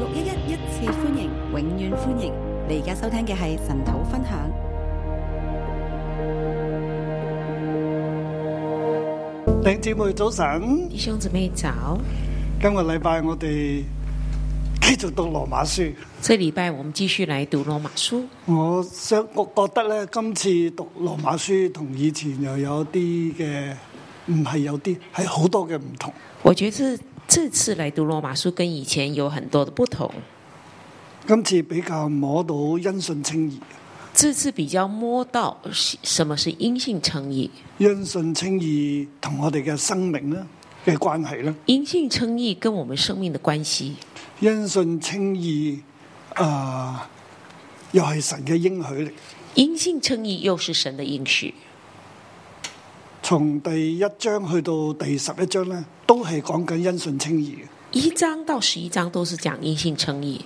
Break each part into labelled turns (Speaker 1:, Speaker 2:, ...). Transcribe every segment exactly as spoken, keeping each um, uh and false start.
Speaker 1: 六一一一次歡迎，永遠歡迎！你而家收聽嘅係神土分享。
Speaker 2: 弟兄姊妹早晨，
Speaker 3: 弟兄姊妹早。
Speaker 2: 今個禮拜我哋繼續讀羅馬書。
Speaker 3: 這禮拜我們繼續來讀羅馬書。
Speaker 2: 我想我覺得咧，今次讀羅馬書同以前又有啲嘅，唔係有啲，係好多嘅唔同。
Speaker 3: 我覺得這這次來讀羅馬書跟以前有很多的不同。
Speaker 2: 今次比較摸到因信稱義。
Speaker 3: 這次比較摸到什麼是因信稱義。
Speaker 2: 因信稱義同我哋嘅生命咧嘅關係咧。
Speaker 3: 因信稱義跟我們生命的關係。
Speaker 2: 因信稱義啊，又係神嘅應許嚟。
Speaker 3: 因信稱義又是神的應許。
Speaker 2: 從第一章去到第十一章咧，都係講緊因信稱義嘅。
Speaker 3: 一章到十一章都是講因信稱義。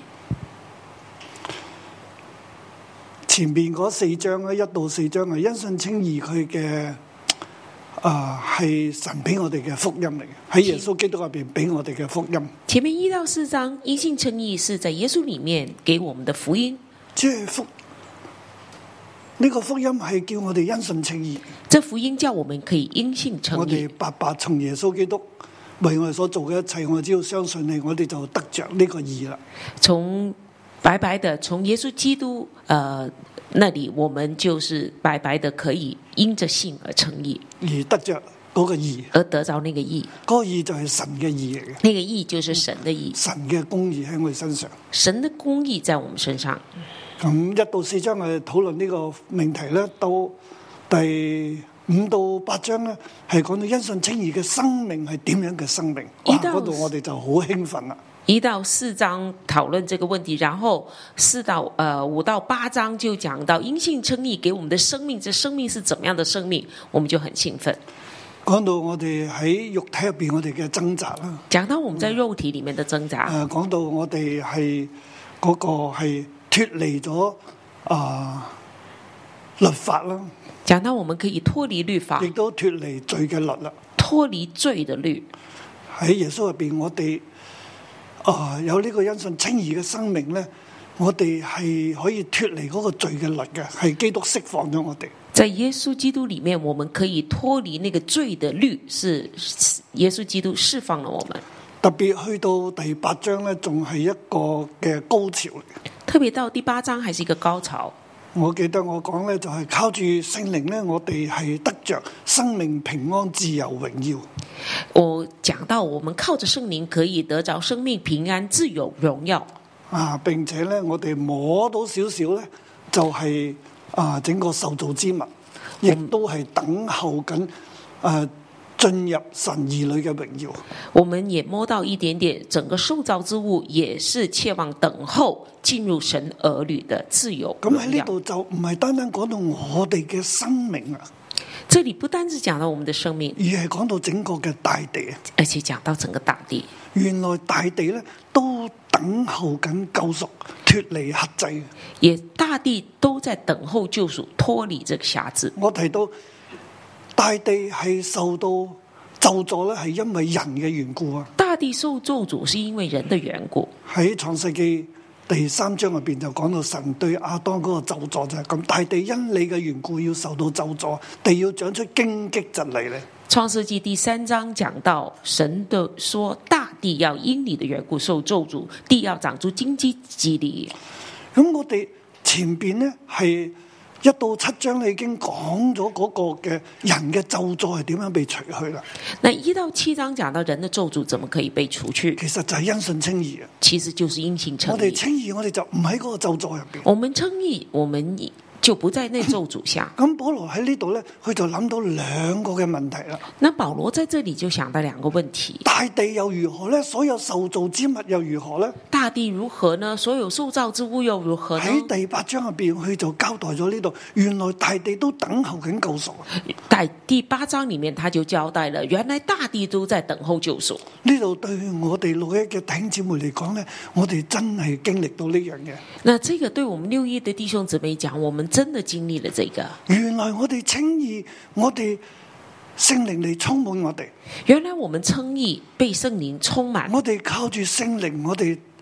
Speaker 2: 前面嗰四章咧，一到四章係因信稱義，佢嘅啊係神俾我哋嘅福音嚟嘅，喺耶穌基督入邊俾我哋嘅福音。
Speaker 3: 前面一到四章因信稱義是在耶穌裏面給我們的福音，
Speaker 2: 即係福呢、這個福音係叫我哋因信稱義。
Speaker 3: 這福音叫我們可以因信稱義。
Speaker 2: 我哋白白從耶穌基督為我哋所做嘅一切，我哋只要相信你，我哋就得着呢個義啦。
Speaker 3: 從白白的從耶穌基督，呃，那裏我們就是白白的可以因着信而稱義，
Speaker 2: 而得着嗰個義，
Speaker 3: 而得着那個義。
Speaker 2: 嗰個義就係神嘅義嚟嘅。
Speaker 3: 那個義就是神的義，
Speaker 2: 神嘅公義喺我哋身上，
Speaker 3: 神的公義在我們身上。
Speaker 2: 咁一到四章我哋討論呢個命題咧，到第五到八章咧係講到因信稱義嘅生命係點樣嘅生命。哇！嗰度我哋就好興奮啦。
Speaker 3: 一到四章討論這個問題，然後四到呃五到八章就講到因信稱義給我們的生命，這生命是怎麼樣的生命，我們就很興奮。
Speaker 2: 講到我哋喺肉體入邊我哋嘅掙扎啦，
Speaker 3: 講到我們在肉體裡面的掙扎，
Speaker 2: 誒講到我哋係嗰個係脫離咗啊律法啦，
Speaker 3: 講到我們可以脫離律法，
Speaker 2: 亦都脫離罪嘅律啦，
Speaker 3: 脫離罪的律。
Speaker 2: 喺耶穌入邊我哋。啊！有呢個因信稱義嘅生命咧，我哋係可以脫離嗰個罪嘅律嘅，係基督釋放咗我哋。
Speaker 3: 在耶穌基督裡面，我們可以脫離那個罪的律，是耶穌基督釋放了我們。
Speaker 2: 特別去到第八章咧，仲係一個嘅高潮嚟。
Speaker 3: 特別到第八章，還是一個高潮。
Speaker 2: 我記得我講咧，就係靠住聖靈咧，我哋係得着生命、平安、自由、榮耀。
Speaker 3: 我講到，我們靠着聖靈可以得着生命、平安、自由、榮耀。啊，
Speaker 2: 並且咧，我哋摸到少少咧，就係、是、啊整個受造之物，亦都係等候緊啊進入神兒女嘅榮耀。
Speaker 3: 我們也摸到一點點，整個受造之物也是切望等候進入神兒女的自由。
Speaker 2: 咁喺呢度就唔係單單講到我哋嘅生命啊。
Speaker 3: 這裡不單止講到我們的生命，
Speaker 2: 而係講到整個嘅大地，
Speaker 3: 而且講到整個大地。
Speaker 2: 原來大地咧都等候緊救贖，脫離轄制。
Speaker 3: 也大地都在等候救贖，脫離這個轄制。
Speaker 2: 我提到大地係受到咒詛咧，係因為人嘅緣故啊。
Speaker 3: 大地受咒詛是因為人的緣故。
Speaker 2: 喺創世記第三章入邊就講到神對亞當嗰個咒詛就係咁，大地因你嘅緣故要受到咒詛，地要長出荊棘蒺藜咧。
Speaker 3: 創世記第三章講到神的說，大地要因你的緣故受咒詛，地要長出荊棘蒺藜。
Speaker 2: 咁我哋前邊呢係一到七章，你已經講咗嗰個嘅人嘅咒詛係點樣被除去啦。
Speaker 3: 那一到七章講到人的咒詛怎麼可以被除去？
Speaker 2: 其實就係因信稱義啊。
Speaker 3: 其實就是因信稱義。
Speaker 2: 我哋稱義，我哋就唔喺嗰個咒詛入邊。
Speaker 3: 我們稱義，我們就不在那咒詛下。
Speaker 2: 咁保羅喺呢度咧，佢就諗到兩個嘅問題啦。
Speaker 3: 那保羅在這裡就想到兩個問題：
Speaker 2: 大地又如何咧？所有受造之物又如何咧？
Speaker 3: 大地如何呢？所有受造之物又如何呢？
Speaker 2: 喺第八章入邊，佢就交代咗呢度，原來大地都等候緊救贖。
Speaker 3: 在第八章裡面，他就交代了，原來大地都在等候救贖。
Speaker 2: 呢度對我哋六一嘅弟兄姊妹嚟講咧，我哋真係經歷到呢樣嘢。
Speaker 3: 那這個對我們六一的弟兄姊妹講，我們真的經歷了這個。
Speaker 2: 原來我哋稱義，我哋聖靈嚟充滿我哋。
Speaker 3: 原來我們稱義被聖靈充滿，
Speaker 2: 我哋靠住聖靈，我哋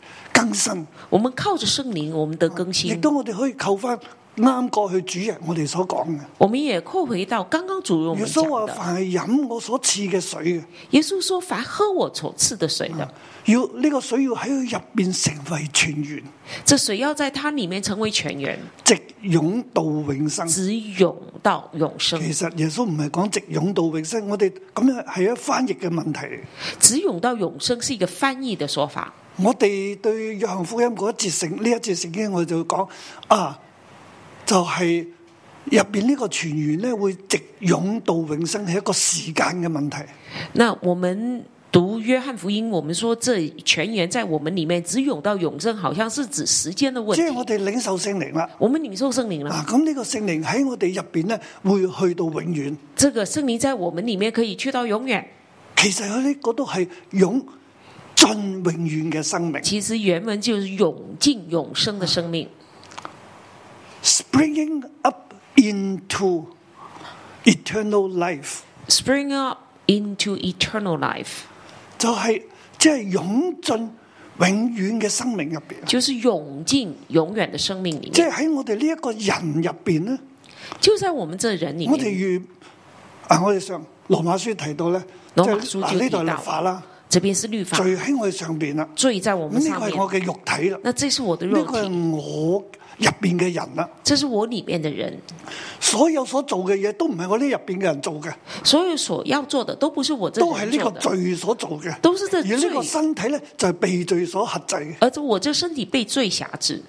Speaker 2: 更新。
Speaker 3: 我們靠着聖靈，我們得更
Speaker 2: 亦
Speaker 3: 新。
Speaker 2: 都我哋可以扣翻啱過去主日我哋所講嘅。
Speaker 3: 我們也扣回到剛剛主日我們
Speaker 2: 耶穌話：
Speaker 3: 講的。
Speaker 2: 凡係飲我所賜嘅水嘅，
Speaker 3: 耶穌說：凡喝我所賜的水的，
Speaker 2: 要呢、這個水要喺佢入邊成為泉源，
Speaker 3: 這水要在它裡面成為泉源，
Speaker 2: 直湧到永生。
Speaker 3: 直湧到永生。
Speaker 2: 其實耶穌唔係講直湧到永生，我哋咁樣係一翻譯嘅問題。
Speaker 3: 直湧到永生是一個翻譯的說法。
Speaker 2: 我哋對約翰福音嗰一節聖呢一節聖經，我就講啊，就係入邊呢個泉源咧會直湧到永生，係一個時間嘅問題。
Speaker 3: 那我們讀約翰福音，我們說這泉源在我們裡面直湧到永生，好像是指時間的問題。
Speaker 2: 即係我哋領受聖靈啦，
Speaker 3: 我們領受聖靈啦。
Speaker 2: 嗱，咁呢個聖靈喺我哋入邊咧會去到永遠。
Speaker 3: 這個聖靈在我們裡面可以去到永遠。
Speaker 2: 其實佢呢個都係湧進永遠嘅生命。
Speaker 3: 其實原文就是湧進永生的生命。
Speaker 2: Springing up into eternal life.
Speaker 3: Spring up into eternal life.
Speaker 2: 就係即係湧進永遠嘅生命入邊，
Speaker 3: 就是湧進永遠的生命裡面。
Speaker 2: 即係喺我哋呢一個人入邊咧，
Speaker 3: 就在我們這人裡面。
Speaker 2: 我哋如啊，我哋上羅馬書提到咧，
Speaker 3: 羅馬書就
Speaker 2: 嗱呢度
Speaker 3: 提到
Speaker 2: 律法啦，
Speaker 3: 這邊是律法，
Speaker 2: 罪喺我哋上邊啦，
Speaker 3: 罪在我們
Speaker 2: 咁呢
Speaker 3: 上面。
Speaker 2: 個係我嘅肉體啦，
Speaker 3: 那這是我的肉
Speaker 2: 呢個
Speaker 3: 體，
Speaker 2: 係我入邊嘅人啦，
Speaker 3: 這是我裡面的人。
Speaker 2: 所有所做嘅嘢都唔係我呢入邊嘅人做嘅，
Speaker 3: 所有所要做的都不是我這
Speaker 2: 都係呢個
Speaker 3: 人做的，
Speaker 2: 罪所做嘅，
Speaker 3: 都是這
Speaker 2: 而呢個
Speaker 3: 罪。
Speaker 2: 身體咧就係被罪所轄制嘅，
Speaker 3: 而我這身體被罪轄制，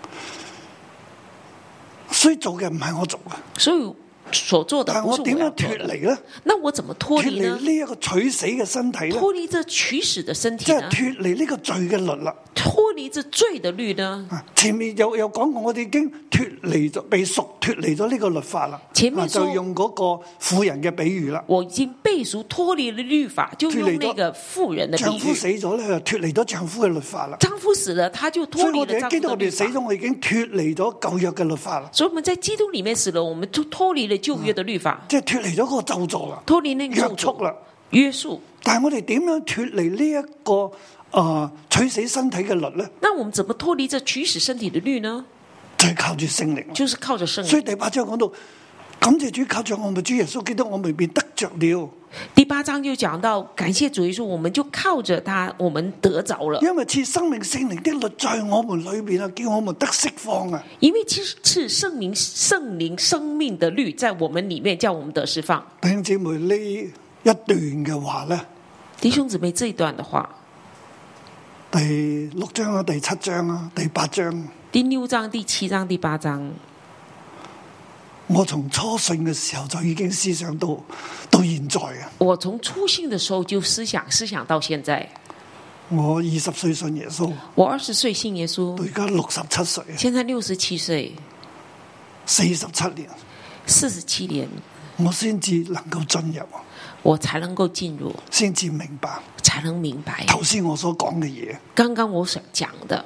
Speaker 2: 所以做嘅唔係我做嘅。
Speaker 3: 所以所做的
Speaker 2: 但係
Speaker 3: 不是
Speaker 2: 我點樣
Speaker 3: 我要做的。
Speaker 2: 脫離咧？
Speaker 3: 那我怎麼脫
Speaker 2: 脫離
Speaker 3: 離呢？
Speaker 2: 呢一個取死嘅身體咧？
Speaker 3: 脫離這取死的身
Speaker 2: 即
Speaker 3: 體呢？
Speaker 2: 係脫離呢個罪嘅律啦。
Speaker 3: 脫離這罪的律呢？
Speaker 2: 前面有有講過，我哋已經脫離咗，被贖脫離咗呢個律法啦。
Speaker 3: 前面說
Speaker 2: 就用嗰個婦人嘅比喻啦。
Speaker 3: 我已經被贖脫離了律法，就用那個婦人的比
Speaker 2: 丈夫死
Speaker 3: 喻。
Speaker 2: 咗咧，就脫離咗丈夫嘅律法啦。
Speaker 3: 丈夫死了，他就脫
Speaker 2: 所以
Speaker 3: 離了丈
Speaker 2: 我哋喺基督
Speaker 3: 夫的律法。
Speaker 2: 入邊死咗，我已經脫離咗舊約嘅律法啦。
Speaker 3: 所以我們在基督裡面死了，我們就脫離了舊約的律法，
Speaker 2: 即係脫離咗嗰個咒詛啦，
Speaker 3: 脫離那個
Speaker 2: 約
Speaker 3: 咒詛
Speaker 2: 束啦。
Speaker 3: 約束。
Speaker 2: 但係我哋點樣脫離呢一個啊取死身體嘅律咧？
Speaker 3: 那我們怎麼脫離這取死身體的律呢？
Speaker 2: 就係靠住聖靈。
Speaker 3: 就是靠着聖靈。
Speaker 2: 所以第八章講到，感謝主，靠着我們主耶穌基督，我們便得着了。
Speaker 3: 第八章就講到，感謝主耶穌，我們就靠着他，我們得着了。
Speaker 2: 因為賜生命聖靈的律在我們裏邊啊，叫我們得釋放啊。
Speaker 3: 因為其實賜聖靈聖靈生命的律在我們裡面，叫我們得釋放。
Speaker 2: 弟兄姊妹，呢一段嘅話咧，
Speaker 3: 弟兄姊妹，這一段的話，
Speaker 2: 第六章啊，第七章啊，第八章，
Speaker 3: 第六章、第七章、第八章，
Speaker 2: 我從初信嘅時候就已經思想到到現在啊。
Speaker 3: 我從初信的時候就思想思想到現在。
Speaker 2: 我二十歲信耶穌，
Speaker 3: 我二十歲信耶穌，
Speaker 2: 到而家六十七歲，
Speaker 3: 現在六十七歲，
Speaker 2: 四十七年，
Speaker 3: 四十七年，
Speaker 2: 我先至能夠進入，
Speaker 3: 我才能夠進入，
Speaker 2: 先至明白
Speaker 3: 才能明白
Speaker 2: 頭先我所講嘅嘢。
Speaker 3: 剛剛我所講的。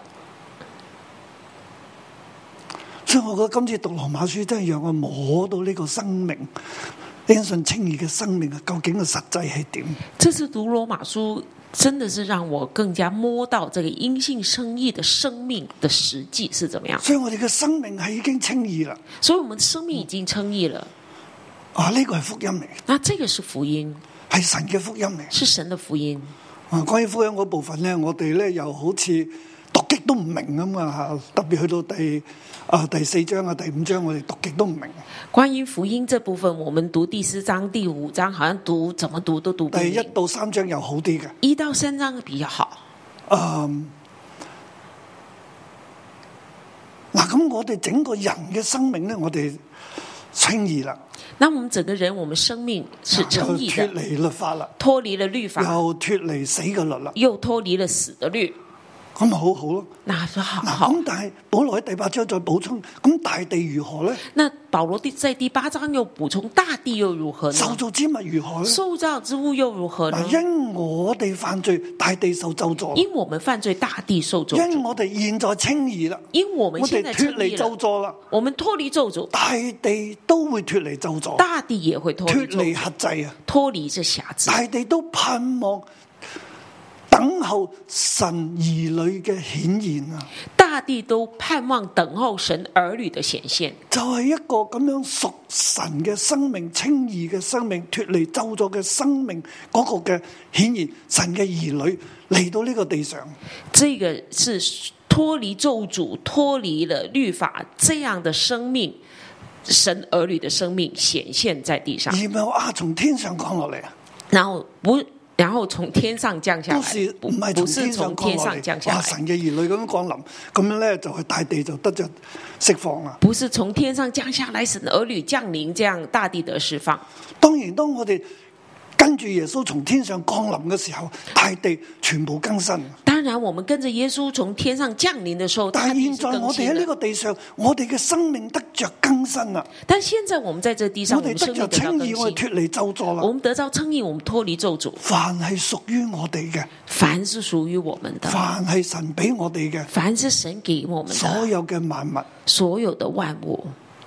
Speaker 2: 所以我覺得今次讀羅馬書真係讓我摸到呢個生命，因信稱義嘅生命啊，究竟嘅實際係點？
Speaker 3: 這次讀羅馬書真的是讓我更加摸到這個因信稱義的生命的實際是怎麼樣。
Speaker 2: 所以我哋嘅生命係已經稱義啦。
Speaker 3: 所以我們的生命已經稱義了。
Speaker 2: 啊，呢個係福音嚟，
Speaker 3: 那這個是福音，
Speaker 2: 係神嘅福音嚟。
Speaker 3: 是神的福音。
Speaker 2: 啊，關於福音嗰部分咧，我哋咧又好似讀極都唔明咁啊！特別去到第啊第四章啊第五章，我哋讀極都唔明。
Speaker 3: 關於福音這部分，我們讀第四章、第五章，好像讀怎麼讀都讀不明。
Speaker 2: 第一到三章又好啲嘅，
Speaker 3: 一到三章比較好。
Speaker 2: 嗯，嗱，咁我哋整個人嘅生命咧，我哋稱義啦。
Speaker 3: 那我們整個人，我們生命是稱義的，
Speaker 2: 脫離律法啦，
Speaker 3: 脫離了律法，
Speaker 2: 又脫離死嘅律啦，
Speaker 3: 又脫離了死的律。
Speaker 2: 咁咪好好咯。
Speaker 3: 那是好好。
Speaker 2: 咁但係保羅喺第八章再補充，咁大地如何咧？
Speaker 3: 那保羅在第八章又補充大地又如何呢？
Speaker 2: 受造之物如何咧？
Speaker 3: 受造之物又如何呢？
Speaker 2: 因我哋犯罪，大地受咒詛；
Speaker 3: 因我們犯罪，大地受咒詛。
Speaker 2: 因我哋現在稱義啦，
Speaker 3: 因我們現在稱義了，
Speaker 2: 我哋脫離咒詛啦，
Speaker 3: 我們脫離咒詛，
Speaker 2: 大地都會脫離咒詛，
Speaker 3: 大地也會脫離
Speaker 2: 脫離轄制啊，
Speaker 3: 脫離這轄制，
Speaker 2: 大地都盼望等等候神兒女嘅顯現啊！
Speaker 3: 大地都盼望等候神兒女的顯現，
Speaker 2: 就係一個咁樣屬神嘅生命、稱義嘅生命、脫離咒詛嘅生命嗰個嘅顯現，神嘅兒女嚟到呢個地上。
Speaker 3: 這個是脫離咒詛、脫離了律法這樣的生命，神兒女的生命顯現在地上，
Speaker 2: 而唔係話啊從天上降落嚟啊！
Speaker 3: 然後不。然後從天上降下來，
Speaker 2: 不是唔係從天上降落嚟，哇！神嘅兒女咁樣降臨，咁樣咧就係大地就得着釋放啦。
Speaker 3: 不是從天上降下來，神兒女降臨，這樣大地得釋放。
Speaker 2: 當然，當我哋跟住耶穌從天上降臨嘅時候，大地全部更新。
Speaker 3: 當然，我們跟着耶穌從天上降臨的時候，
Speaker 2: 但係現在我哋喺呢個地上，我哋嘅生命得着更新啦。
Speaker 3: 但現在我們在這地上，
Speaker 2: 我哋得着稱義，我哋脫離咒詛啦。
Speaker 3: 我們得着稱義，我們脫離咒詛。
Speaker 2: 凡係屬於我哋嘅，
Speaker 3: 凡是屬於我們的，
Speaker 2: 凡係神俾我哋嘅，
Speaker 3: 凡是神給我們的，
Speaker 2: 所有嘅萬物，
Speaker 3: 所有的萬物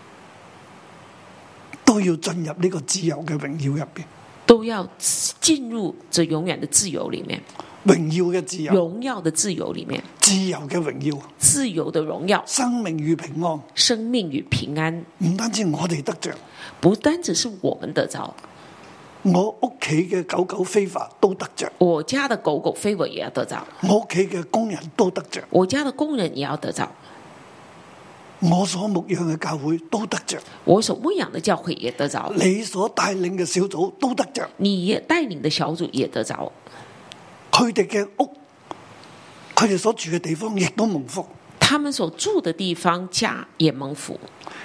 Speaker 2: 都要進入呢個自由嘅榮耀入邊。
Speaker 3: 都要進入這永遠的自由裏面，
Speaker 2: 榮耀嘅自由，
Speaker 3: 榮耀的自由裏面，
Speaker 2: 自由嘅榮耀，
Speaker 3: 自由的榮耀，
Speaker 2: 生命與平安，
Speaker 3: 生命與平安，
Speaker 2: 唔單止我哋得着，
Speaker 3: 不單止是我們得着，
Speaker 2: 我屋企嘅狗狗非法都得着，
Speaker 3: 我家的狗狗非法也要得着，
Speaker 2: 我屋企嘅工人都得着，
Speaker 3: 我家的工人也要得着。
Speaker 2: 我所牧養嘅教會都得着，
Speaker 3: 我所牧養嘅教會也得着，
Speaker 2: 你所帶領嘅小組都得着，
Speaker 3: 你帶領嘅小組也得着，
Speaker 2: 佢哋嘅屋，佢哋所住嘅地方亦都蒙福，
Speaker 3: 他們所住嘅地方家也蒙福。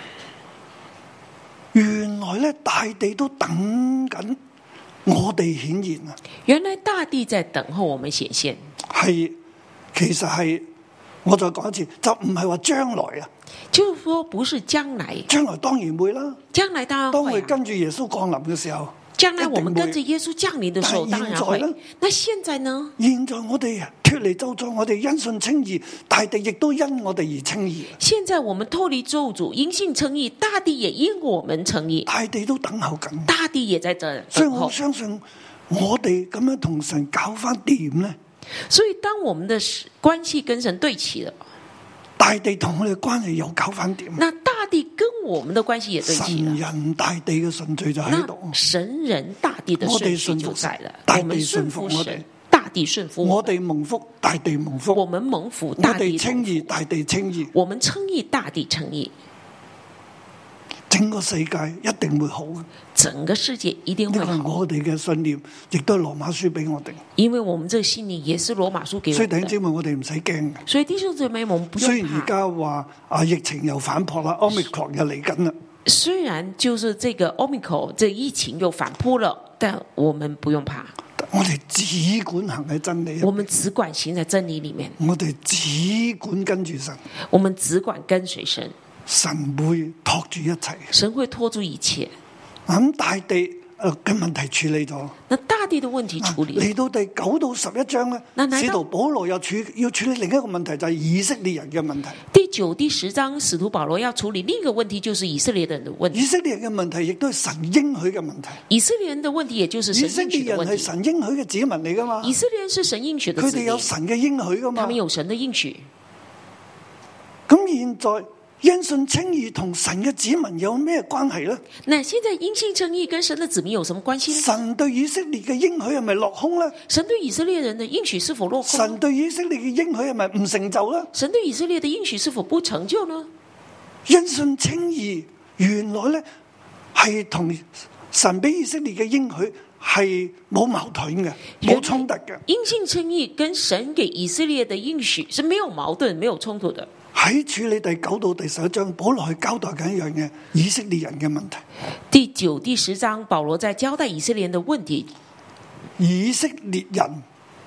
Speaker 2: 原來咧大地都等緊我哋顯現啊！
Speaker 3: 原來大地在等候我們顯現，
Speaker 2: 係其實係我再講一次，就唔係話將來啊。
Speaker 3: 就是說不是將來，
Speaker 2: 將來當然會啦。
Speaker 3: 將來當然會、啊。
Speaker 2: 當我哋跟住耶穌降臨嘅時候，
Speaker 3: 將來我們跟着耶穌降臨的時候，當然會。那現在呢？
Speaker 2: 現在我哋脫離咒詛，我哋因信稱義，大地亦都因我哋而稱義。
Speaker 3: 現在我們脫離咒詛，因信稱義，大地也因我們稱義。
Speaker 2: 大地都等候緊，
Speaker 3: 大地也在這。
Speaker 2: 所以我相信我哋咁樣同神搞翻掂呢。
Speaker 3: 所以當我們的關係跟神對齊了。
Speaker 2: 大地同我哋關係又搞翻點？
Speaker 3: 那大地跟我們的關係也對齊了。
Speaker 2: 神人大地嘅順序就喺度。
Speaker 3: 神人大地的順序就在了。
Speaker 2: 大地順服我哋，
Speaker 3: 大地順服
Speaker 2: 我哋蒙福，大地蒙福。
Speaker 3: 我們蒙福，大地蒙福。
Speaker 2: 我哋稱義，大地稱義。
Speaker 3: 我們稱義，大地稱義。
Speaker 2: 整個世界一定會好嘅，
Speaker 3: 整個世界一定會好。
Speaker 2: 因為我哋嘅信念亦都係羅馬書俾我哋。
Speaker 3: 因為我們這個信念也是羅馬書給我們。
Speaker 2: 所以弟兄姊妹，我哋唔使驚嘅。
Speaker 3: 所以弟兄姊妹，我們不用怕。
Speaker 2: 雖然而家話啊，疫情又反撲啦 ，Omicron 又嚟緊啦。
Speaker 3: 雖然就是這個 Omicron，這疫情又反撲了，但我們不用怕。
Speaker 2: 我哋只管行喺真理。
Speaker 3: 我們只管行在真理裏面。
Speaker 2: 我哋只管跟住神。
Speaker 3: 我們只管跟隨神。
Speaker 2: 神會托住一切，
Speaker 3: 神會托住一切。
Speaker 2: 咁大地誒嘅問題處理咗，
Speaker 3: 那大地的問題處理
Speaker 2: 嚟到第九到十一章咧，使徒保羅又處要處理另一個問題，就係以色列人嘅問題。
Speaker 3: 第九、第十章，使徒保羅要處理另一個問題，就是以色列人的問題。
Speaker 2: 以色列人嘅問題亦都係神應許嘅問題。
Speaker 3: 以色列人的問題，也就是神應許的問題。
Speaker 2: 以色列人係神應許嘅子民嚟噶嘛？
Speaker 3: 以色列人是神應許的子民，
Speaker 2: 佢哋有神嘅應許噶嘛？
Speaker 3: 他們有神的應許。
Speaker 2: 咁現在。因信稱義同神嘅子民有咩關係呢？
Speaker 3: 那現在因信稱義跟神的子民有什麼關係呢？
Speaker 2: 神對以色列嘅應許係咪落空呢？
Speaker 3: 神對以色列人的應許是否落空？
Speaker 2: 神對以色列嘅應許係咪唔成就呢？
Speaker 3: 神對以色列的應許是否不成就呢？
Speaker 2: 因信稱義原來呢係同神俾以色列嘅應許係冇矛盾嘅，冇衝突嘅。
Speaker 3: 因信稱義跟神給以色列的應許是沒有矛盾、沒有衝突的。
Speaker 2: 喺處理第九到第十一章，保羅去交代緊一樣嘢，以色列人嘅問題。
Speaker 3: 第九、第十章，保羅在交代以色列人的問題。
Speaker 2: 以色列人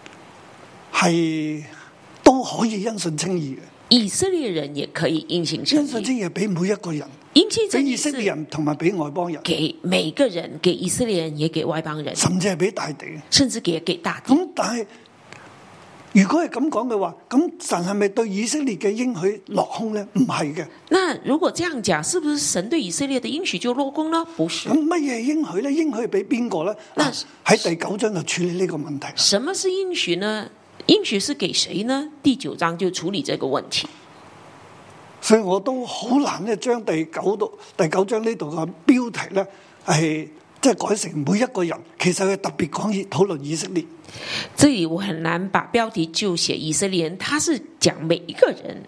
Speaker 2: 係都可以因信稱義嘅，
Speaker 3: 以色列人也可以因信稱義。
Speaker 2: 因信稱義俾每一個人，
Speaker 3: 俾
Speaker 2: 以色列人同埋俾外邦人，
Speaker 3: 給每個人，給以色列人也給外邦人，
Speaker 2: 甚至係俾大地，
Speaker 3: 甚至給給大地。
Speaker 2: 咁但係。如果係咁講嘅話，咁神係咪對以色列嘅應許落空呢？唔係嘅。
Speaker 3: 那如果這樣講，是不是神對以色列的應許就落空呢？不是。
Speaker 2: 咁乜嘢應許呢？應許俾邊個呢？喺第九章就處理呢個問題。
Speaker 3: 什麼是應許呢？ 應許是給誰呢？第九章就處理這個問題。
Speaker 2: 所以我都好難咧，將第九到第九章呢度嘅標題咧，係即係改成每一個人。其實佢特別講以討論以色列。
Speaker 3: 這裡我很難把標題就寫以色列人，他是講每一個人。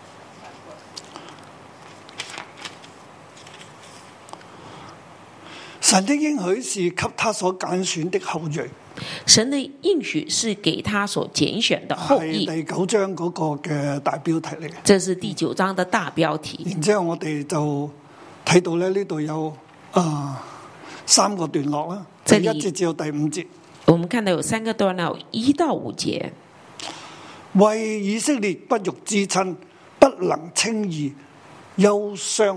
Speaker 2: 神的應許是給他所揀選的後裔。
Speaker 3: 神的應許是給他所揀選的後裔。
Speaker 2: 係第九章嗰個嘅大標題嚟嘅。
Speaker 3: 這是第九章的大標題。
Speaker 2: 然之後我哋就睇到咧，呢度有啊、呃、三個段落啦，第一節至到第五節。
Speaker 3: 我們看到有三個段落，一到五節。
Speaker 2: 為以色列不育之親，不能稱義，憂傷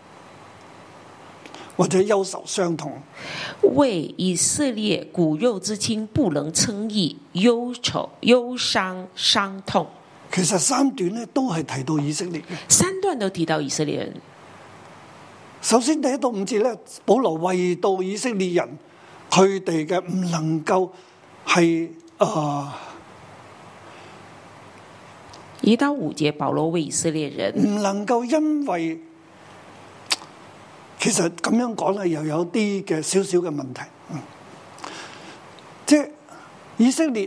Speaker 2: 或者憂愁傷痛。
Speaker 3: 為以色列骨肉之親不能稱義，憂愁憂傷傷痛。
Speaker 2: 其實三段呢都係提到以色列嘅，
Speaker 3: 三段都提到以色列人。
Speaker 2: 首先第一到五節呢，保羅為到以色列人，佢哋嘅唔能夠係啊。
Speaker 3: 一到五節，保羅為以色列人
Speaker 2: 唔能夠因為，其實咁樣講咧，又有啲嘅少少嘅問題。嗯，即係以色列，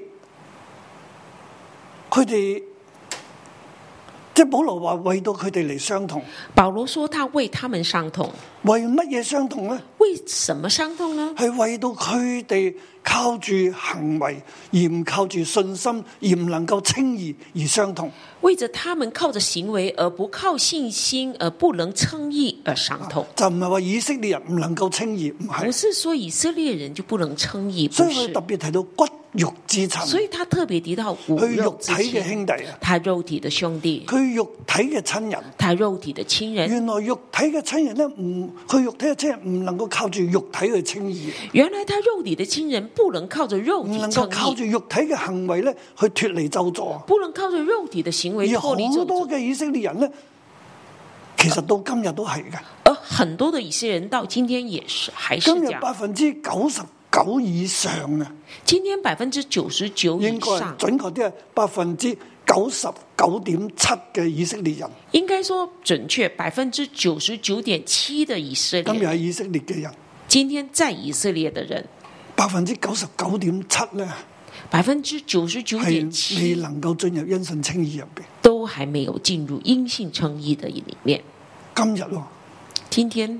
Speaker 2: 佢哋即係保羅話為到佢哋嚟傷痛。
Speaker 3: 保羅說他為他們傷痛，
Speaker 2: 為乜嘢傷痛呢？
Speaker 3: 為什麼傷痛呢？
Speaker 2: 係為到佢哋靠住行為而唔靠住信心，而唔能夠稱義而傷痛。
Speaker 3: 為着他們靠着行為而不靠信心而不能稱義而傷痛。
Speaker 2: 就唔係話以色列人唔能夠稱義，唔係。
Speaker 3: 不是說以色列人就不能稱義，
Speaker 2: 所以佢特別提到骨肉之親。
Speaker 3: 所以他特別提到骨肉之親，
Speaker 2: 佢肉體嘅兄弟啊，
Speaker 3: 他肉體的兄弟，
Speaker 2: 佢肉體嘅親人，
Speaker 3: 他肉體的親人。
Speaker 2: 原來肉體嘅親人咧，唔，佢肉體嘅親人唔能夠靠住肉體去稱義。
Speaker 3: 原來他肉體的親人不能靠着肉體稱義，
Speaker 2: 唔能夠靠住肉體嘅行為咧去脫離咒詛，
Speaker 3: 不能靠着肉體的行為脫離咒詛。
Speaker 2: 而好多嘅以色列人咧，其實到今日都係嘅。
Speaker 3: 而很多的以色列人到今天也是，還是這樣。
Speaker 2: 今日百分之九十九以上啊，
Speaker 3: 今天百分之九十九以上，
Speaker 2: 應該準確啲係百分之九十九點七嘅以色列人。
Speaker 3: 應該說準確百分之九十九點七的以色列人。
Speaker 2: 今日喺以色列嘅人，
Speaker 3: 今天在以色列的人，
Speaker 2: 百分之九十九點七咧，
Speaker 3: 百分之九十九點七
Speaker 2: 未能夠進入因信稱義入邊，
Speaker 3: 都還沒有進入因信稱義的裏面。
Speaker 2: 今日咯，
Speaker 3: 今天。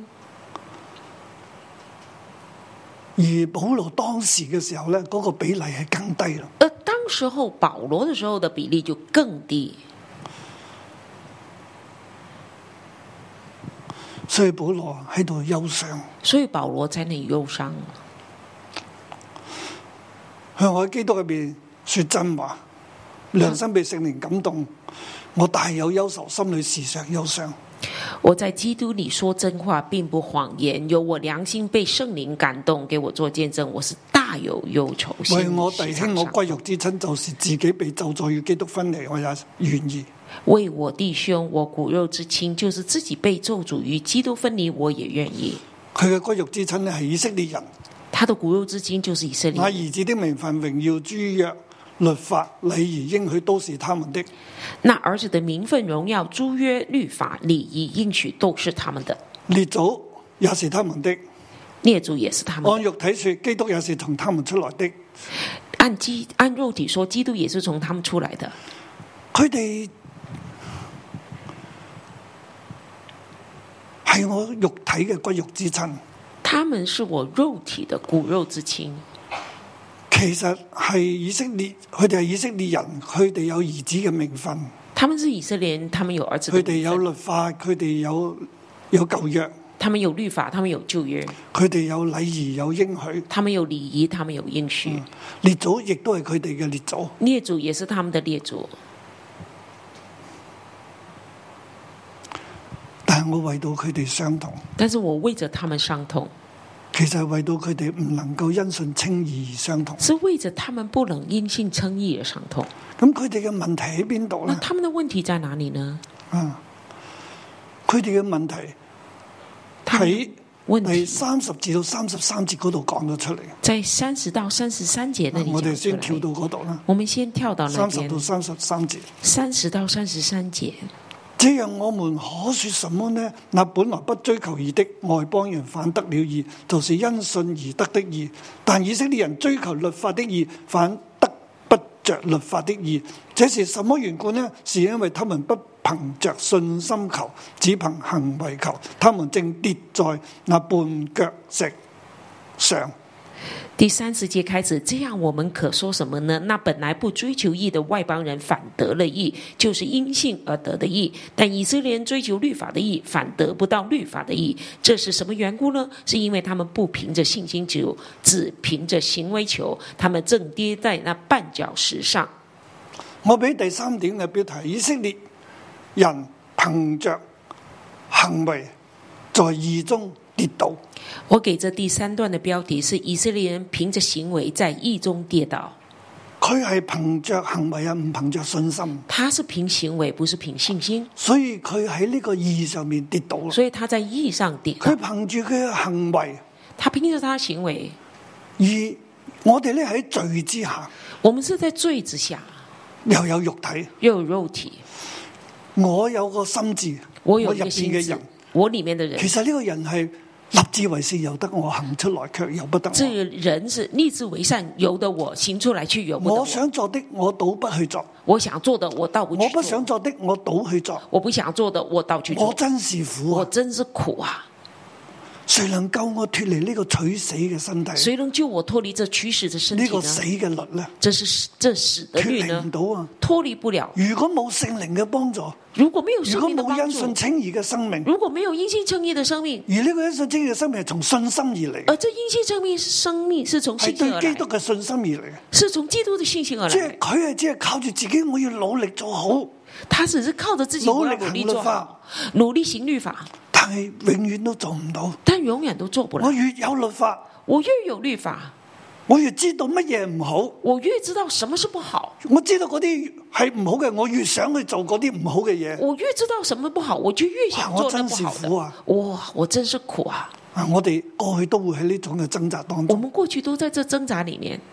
Speaker 2: 而保羅當時嘅時候咧，嗰個比例係更低啦。
Speaker 3: 而當時候保羅嘅時候的比例就更低，
Speaker 2: 所以保羅喺度憂傷。
Speaker 3: 所以保羅在那裏憂傷。
Speaker 2: 向我喺基督入邊說真話，良心被聖靈感動，我大有憂愁，心裏時常憂傷。
Speaker 3: 我在基督裏說真話，並不謊言。有我良心被聖靈感動，給我做見證。我是大有憂愁。
Speaker 2: 為我弟兄我骨肉之親，就是自己被咒詛與基督分離，我也願意。
Speaker 3: 為我弟兄我骨肉之親，就是自己被咒詛與基督分離，我也願意。
Speaker 2: 佢嘅骨肉之親咧係以色列人，
Speaker 3: 他的骨肉之親就是以色列人。
Speaker 2: 那兒子的名分、榮耀、諸約、律法、禮儀、應許都是他們的。
Speaker 3: 那兒子的名分、榮耀、諸約、律法、禮儀、應許都是他們的。
Speaker 2: 列祖也是他們的，
Speaker 3: 列祖也是他們的。
Speaker 2: 按肉體說，基督也是從他們出來的。
Speaker 3: 按基按肉體說，基督也是從他們出來的。
Speaker 2: 佢哋係我肉體嘅骨肉之親，
Speaker 3: 他們是我肉體的骨肉之親。
Speaker 2: 其實係以色列，佢哋係以色列人，佢哋有兒子嘅名分。
Speaker 3: 他們是以色列人，他們有兒子的名分。
Speaker 2: 佢哋有律法，佢哋有有舊約。
Speaker 3: 他們有律法，他們有舊約。
Speaker 2: 佢哋有禮儀，有應許。
Speaker 3: 他們有禮儀，他們有應許。
Speaker 2: 嗯、列祖亦都係佢哋嘅列祖。
Speaker 3: 列祖也是他們的列祖。
Speaker 2: 但係我為到佢哋傷痛。
Speaker 3: 但是我為着他們傷痛。
Speaker 2: 其實係為到佢哋唔能夠因信稱義而傷痛，
Speaker 3: 是為着他們不能因信稱義而傷痛。
Speaker 2: 咁佢哋嘅問題喺邊度呢？
Speaker 3: 那他們的問題在哪裏呢？
Speaker 2: 啊，佢哋嘅問題喺
Speaker 3: 問題。
Speaker 2: 第三十至到三十三節嗰度講咗出嚟。
Speaker 3: 在三十到三十三節那裡講出來。
Speaker 2: 我哋先跳到嗰度啦。
Speaker 3: 我們先跳到那邊。
Speaker 2: 三十到三十三節。
Speaker 3: 三十到三十三節。
Speaker 2: 這樣我們可說什麼呢？那本來不追求義的外邦人反得了義，就是因信而得的義。但以色列人追求律法的義，反得不着律法的義。這是什麼緣故呢？是因為他們不憑着信心求，只憑行為求。他們正跌在那絆腳石上。
Speaker 3: 第三十節開始，這樣我們可說什麼呢？那本來不追求義的外邦人反得了義，就是因信而得的義。但以色列人追求律法的義，反得不到律法的義。這是什麼緣故呢？是因為他們不憑着信心求，只憑着行為求。他們正跌在那絆腳石上。
Speaker 2: 我俾第三點嘅標題：以色列人憑着行為在義中跌倒。
Speaker 3: 我給這第三段的標題是以色列人憑着行為在義中跌倒。
Speaker 2: 佢係憑着行為啊，唔憑着信心。
Speaker 3: 他是憑行為，不是憑信心。
Speaker 2: 所以佢喺呢個義上面跌倒。
Speaker 3: 所以他在義上跌倒。
Speaker 2: 佢憑住佢嘅行為，
Speaker 3: 他憑着他的行為。
Speaker 2: 而我哋咧喺罪之下，
Speaker 3: 我們是在罪之下，
Speaker 2: 又有肉體，
Speaker 3: 又有肉體。
Speaker 2: 我有個心智，
Speaker 3: 我有一個心智，
Speaker 2: 我入邊嘅人，
Speaker 3: 我裏面的人。
Speaker 2: 其實呢個人係立志為善，由得我行出來，卻由不得我。
Speaker 3: 這個人是立志為善，由得我行出來，卻由不得我。
Speaker 2: 我想做的，我倒不去做；
Speaker 3: 我想做的，我倒不去做。
Speaker 2: 我不想做的，我倒去做；
Speaker 3: 我不想做的，我倒去做。
Speaker 2: 我真是苦啊！
Speaker 3: 我真是苦啊！
Speaker 2: 誰能救我脫離呢個取死嘅身體？
Speaker 3: 誰能救我脫離這取死的身體呢？
Speaker 2: 呢個死嘅律呢？
Speaker 3: 這是這死的律呢？
Speaker 2: 脫離唔到啊！
Speaker 3: 脫離不了。
Speaker 2: 如果冇聖靈嘅幫助，
Speaker 3: 如果沒有聖靈的幫助，
Speaker 2: 如果冇因信稱義嘅生命，
Speaker 3: 如果沒有因信稱義的生命，
Speaker 2: 而呢個因信稱義嘅生命係從信心而嚟，
Speaker 3: 而這因信稱義生命是從信心而來，
Speaker 2: 係對基督嘅信心而嚟，
Speaker 3: 是從基督的信心而來。
Speaker 2: 即係佢係只係靠住自己，我要努力做好。
Speaker 3: 他只是靠着自己，
Speaker 2: 努力
Speaker 3: 努力做好，努力行律法，
Speaker 2: 但係永遠都做唔到。
Speaker 3: 但永遠都做不了。
Speaker 2: 我越有律法，
Speaker 3: 我越有律法，
Speaker 2: 我越知道乜嘢唔好，
Speaker 3: 我越知道什麼是不好。
Speaker 2: 我知道嗰啲係唔好嘅，我越想去做嗰啲唔好嘅嘢。
Speaker 3: 我越知道什麼不好，我就越想做那不好的。
Speaker 2: 哇！
Speaker 3: 哇，我真是苦啊！
Speaker 2: 啊，我哋過去都會喺呢種嘅掙扎當中。
Speaker 3: 我們過去都在這掙扎裏面，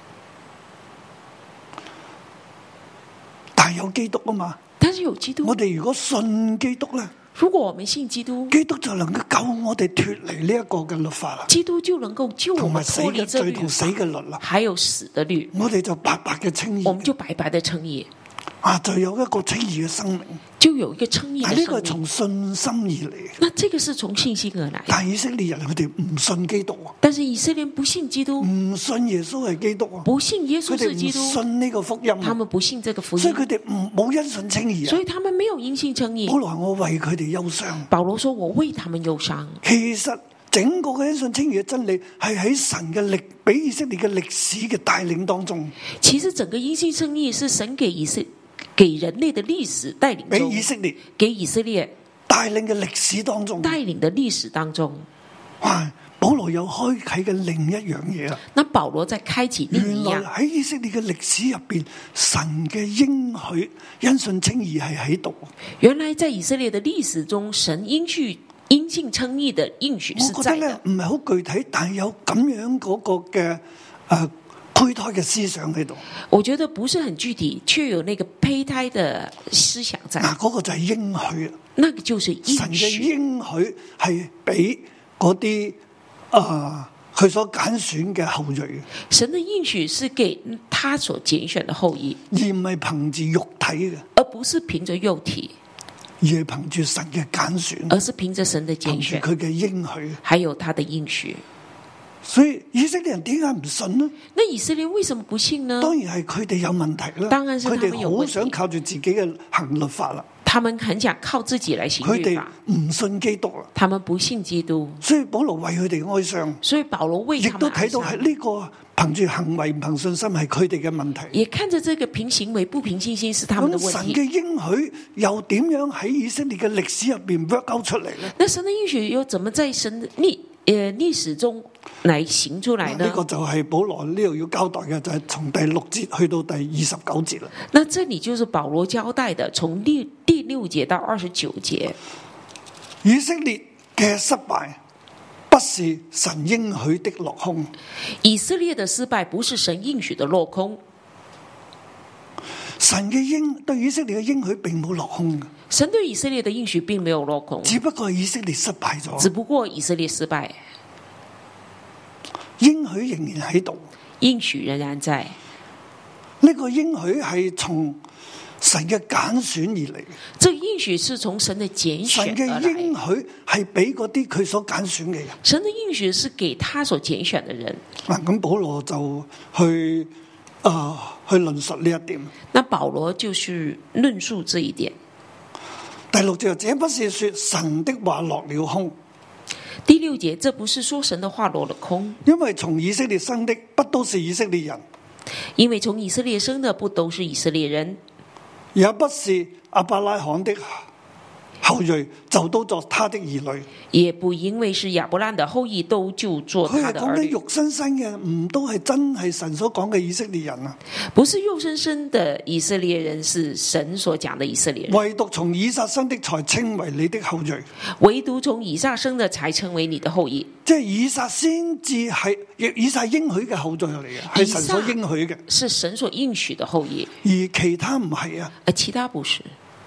Speaker 2: 但係有基督啊嘛。
Speaker 3: 但是有基督，
Speaker 2: 我哋如果信基督咧，
Speaker 3: 如果我們信基督，
Speaker 2: 基督就能夠救我哋脫離呢一個嘅律法啦。
Speaker 3: 基督就能夠救我們脫離這律法，
Speaker 2: 同埋死嘅罪同死嘅律啦，
Speaker 3: 還有死的律，
Speaker 2: 我哋就白白嘅稱義，
Speaker 3: 我們就白白的稱義。
Speaker 2: 啊，就有一個稱義嘅生命，
Speaker 3: 就有一個稱義嘅生命。
Speaker 2: 呢個係從信心而嚟。
Speaker 3: 那這個是從信心而來。
Speaker 2: 但以色列人佢哋唔信基督，
Speaker 3: 但是以色列人不信基督，
Speaker 2: 唔信耶穌係基督啊，
Speaker 3: 不信耶穌是基督，
Speaker 2: 佢哋唔信呢個福音，
Speaker 3: 他們不信這個福音，
Speaker 2: 所以佢哋唔冇因信稱義，
Speaker 3: 所以他們沒有因信稱義。
Speaker 2: 保羅話我為佢哋憂傷，
Speaker 3: 保羅說我為他們憂傷。
Speaker 2: 其實整個嘅因信稱義嘅真理係喺神嘅歷俾以色列嘅歷史嘅帶領當中。
Speaker 3: 其實整個因信稱義是神給以色給人類的歷史帶領中，
Speaker 2: 俾以色列
Speaker 3: 給以色列
Speaker 2: 帶領嘅歷史當中，
Speaker 3: 帶領的歷史當中。
Speaker 2: 哇！保羅又開啟嘅另一樣嘢啦。
Speaker 3: 那保羅在開啟另一樣，
Speaker 2: 原來喺以色列嘅歷史入邊，神嘅應許因信稱義係喺度。
Speaker 3: 原來在以色列的歷史中，神應許因信稱義的應許是在的。
Speaker 2: 我覺得咧唔係好具體，但係有咁樣嗰個嘅誒。呃胚胎嘅思想喺度，
Speaker 3: 我覺得不是很具體，卻有那個胚胎的思想在。
Speaker 2: 嗱，嗰個就係應許，
Speaker 3: 那個就是應許。
Speaker 2: 神嘅應許係俾嗰啲啊佢所揀選嘅後裔。
Speaker 3: 神的應許是給他所揀選的後裔，
Speaker 2: 而唔係憑住肉體嘅，
Speaker 3: 而不是憑着肉體，
Speaker 2: 而係憑住神嘅揀選，
Speaker 3: 而是憑着神的揀選，
Speaker 2: 佢嘅應許，
Speaker 3: 還有他的應許。
Speaker 2: 所以以色列人點解唔信呢？
Speaker 3: 那以色列為什麼不信呢？
Speaker 2: 當然係佢哋有問題啦。
Speaker 3: 當然是他們有問題。
Speaker 2: 佢哋好想靠住自己嘅行律法啦。
Speaker 3: 他們很想靠自己來行律法。
Speaker 2: 佢哋唔信基督啦。
Speaker 3: 他們不信基督。
Speaker 2: 所以保羅為佢哋哀傷。
Speaker 3: 所以保羅為他們哀傷。亦都
Speaker 2: 睇到係呢個憑住行為唔憑信心係佢哋嘅問題。
Speaker 3: 也看着這個憑行為不憑信心是他們的問題。
Speaker 2: 神嘅應許又點樣喺以色列嘅歷史入邊 work out 出嚟呢？
Speaker 3: 那神的應許又怎麼在神的歷誒歷史中來行出來呢？
Speaker 2: 呢個就係保羅呢度要交代嘅，就係從第六節去到第二十九節啦。
Speaker 3: 那這裏就是保羅交代的，從第第六節到二十九節。
Speaker 2: 以色列嘅失敗，不不是神應許的落空。
Speaker 3: 以色列的失敗不是神應許的落空。
Speaker 2: 神嘅應對以色列嘅應許並冇落空嘅。
Speaker 3: 神對以色列的應許並沒有落空，
Speaker 2: 只不過以色列失敗咗。
Speaker 3: 只不過以色列失敗，
Speaker 2: 應許仍然喺度，
Speaker 3: 應許仍然在。
Speaker 2: 呢、這個應許係從神嘅揀選而嚟。
Speaker 3: 這個應許是從神的揀選而來。
Speaker 2: 神嘅應許係俾嗰啲佢所揀選嘅人。
Speaker 3: 神的應許是給他所揀選的人。
Speaker 2: 嗱，咁保羅就去啊、呃、去論述呢一點。
Speaker 3: 那保羅就是論述這一點。
Speaker 2: 第六節，這不是說神的話落了空。
Speaker 3: 第六節，這不是說神的話落了空，
Speaker 2: 因為從以色列生的不都是以色列人，
Speaker 3: 因為從以色列生的不都是以色列人，
Speaker 2: 也不是亞伯拉罕的後裔就都作他的兒女，
Speaker 3: 也不因為是亞伯蘭的後裔都就做他的兒女。佢係講緊
Speaker 2: 肉身生嘅，唔都係真係神所講嘅以色列人啊？
Speaker 3: 不是肉身生的以色列人，是神所講的以色列人。
Speaker 2: 唯獨從以撒生的才稱為你的後裔，
Speaker 3: 唯獨從以撒生的才稱為你的後裔。
Speaker 2: 即係以撒先至係以撒應許嘅後裔嚟嘅，係神所應許嘅，
Speaker 3: 是神所應許的後裔，
Speaker 2: 而其他唔係啊，
Speaker 3: 而其他不是。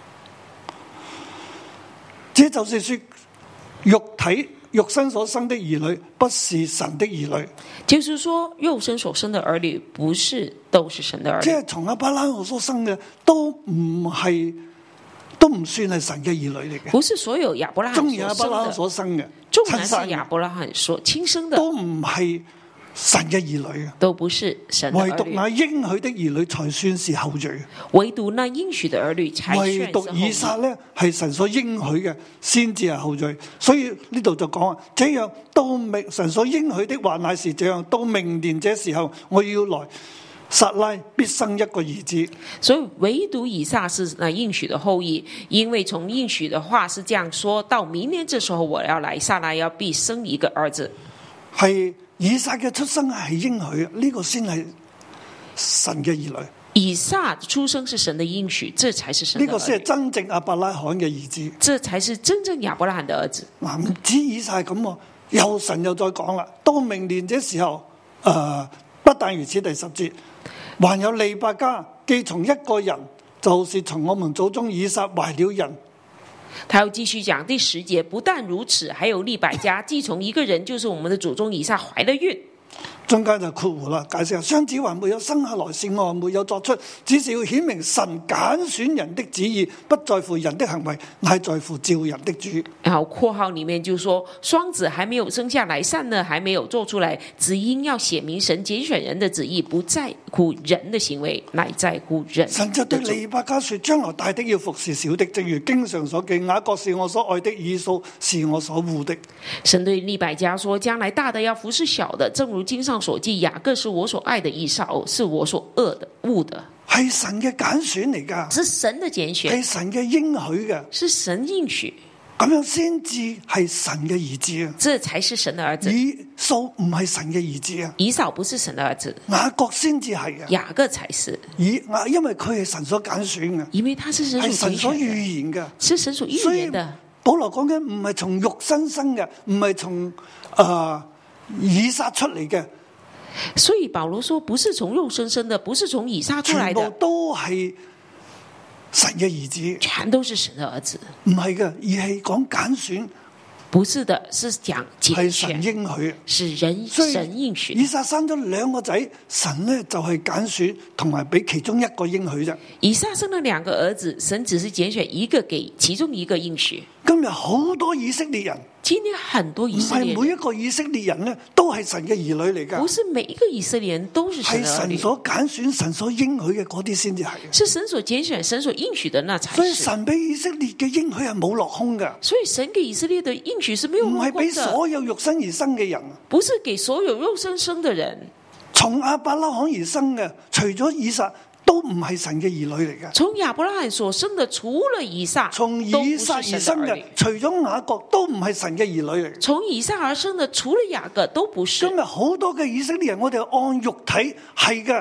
Speaker 2: 這就是說，肉體肉身所生的兒女不是神的兒女，
Speaker 3: 就是說肉身所生的兒女不是都是神的兒女。
Speaker 2: 即係從亞伯拉罕所生嘅都唔係，都唔算係神嘅兒女嚟嘅。
Speaker 3: 不是所有亞伯拉罕
Speaker 2: 中意亞伯拉罕所生嘅，
Speaker 3: 縱然是亞伯拉罕所親生的，
Speaker 2: 都唔係神嘅兒女，
Speaker 3: 都不是神的兒女。
Speaker 2: 唯獨那應許的兒女才算是後裔。
Speaker 3: 唯獨那應許的兒女才算是後裔。
Speaker 2: 唯獨以撒呢係神所應許嘅，先至係後裔。所以呢度就講啊，這樣到明神所應許的話乃是這樣，到明年這時候我要來，撒拉必生一個兒子。
Speaker 3: 所以唯獨以撒是那應許的後裔，因為從應許的話是這樣說，到明年這時候我要來，撒拉要必生一個兒子。
Speaker 2: 係以撒嘅出生係應許，呢、這個先係神嘅兒女。
Speaker 3: 以撒出生是神的應許，這才是神的兒女。
Speaker 2: 呢、這個先係真正亞伯拉罕嘅兒子，
Speaker 3: 這才是真正亞伯拉罕的兒子。
Speaker 2: 嗱，唔止以撒係咁，又神又再講啦。到明年這時候，誒、呃，不但如此，第十節，還有利百加，既從一個人，就是從我們祖宗以撒懷了人。
Speaker 3: 他又繼續講第十節，不但如此，還有利百加，既從一個人，就是我們的祖宗以撒懷了孕。
Speaker 2: 中間就括弧啦，解釋雙子還沒有生下來，是我沒有作出，只是要顯明神揀選人的旨意，不在乎人的行為，乃在乎召人的主。
Speaker 3: 然後括號裏面就說，雙子還沒有生下來，善呢還沒有做出來，只因要顯明神揀選人的旨意，不在乎人的行為，乃在乎人。
Speaker 2: 神就對利百加說，將來大的要服侍小的，正如經上所記，雅各是我所愛的，以掃是我所惡的。
Speaker 3: 神對利百加說，將來大的要服侍小的，正如經上所記，雅各是我所愛的，以掃是我所惡的惡的。
Speaker 2: 係神嘅揀選嚟噶，
Speaker 3: 是神的揀選，
Speaker 2: 係神嘅應許嘅，
Speaker 3: 是神應許，
Speaker 2: 咁樣先至係神嘅兒子啊！
Speaker 3: 這才是神的兒子。
Speaker 2: 以掃唔係神嘅兒子啊，
Speaker 3: 以掃不是神的兒子，
Speaker 2: 雅各先至係啊，
Speaker 3: 雅各才是。
Speaker 2: 以雅因為佢係神所揀選嘅，
Speaker 3: 因為他是神所
Speaker 2: 係神所預言嘅，
Speaker 3: 是神所預言的。
Speaker 2: 保羅講緊唔係從肉身生嘅，唔係從誒以撒出嚟嘅。
Speaker 3: 所以保羅說，不是從肉身生的，不是從以撒出來的，
Speaker 2: 全部都係神嘅兒子，
Speaker 3: 全都是神的兒子。
Speaker 2: 唔係嘅，而係講揀選，
Speaker 3: 不是的，是講揀選，
Speaker 2: 係神應許，
Speaker 3: 是人神應許。
Speaker 2: 以撒生咗兩個仔，神呢就係揀選，同埋俾其中一個應許啫。
Speaker 3: 以撒生了兩個兒子，神只是揀選一個給其中一個應許。
Speaker 2: 今日好多以色列人。
Speaker 3: 今天很多以色列人，
Speaker 2: 唔係每一個以色列人呢，都係神嘅兒女嚟噶。
Speaker 3: 不是每一個以色列人都是神的兒女，
Speaker 2: 係神所揀選、神所應許嘅嗰啲先至係。
Speaker 3: 是神所揀選、神所應許的那才是。
Speaker 2: 所以神俾以色列嘅應許係冇落空噶。
Speaker 3: 所以神給以色列的應許是沒有落空的。
Speaker 2: 唔係俾所有肉身而生嘅人，
Speaker 3: 不是給所有肉身生的人。
Speaker 2: 從亞伯拉罕而生嘅，除咗以撒，都唔係神嘅兒女嚟嘅。
Speaker 3: 從亞伯拉罕所生的，除了以撒，
Speaker 2: 從以撒而生嘅，除咗雅各，都唔係神嘅兒女嚟嘅。
Speaker 3: 從以撒而生的，除了雅各，都不是。
Speaker 2: 今日好多嘅以色列人，我哋按肉體係嘅。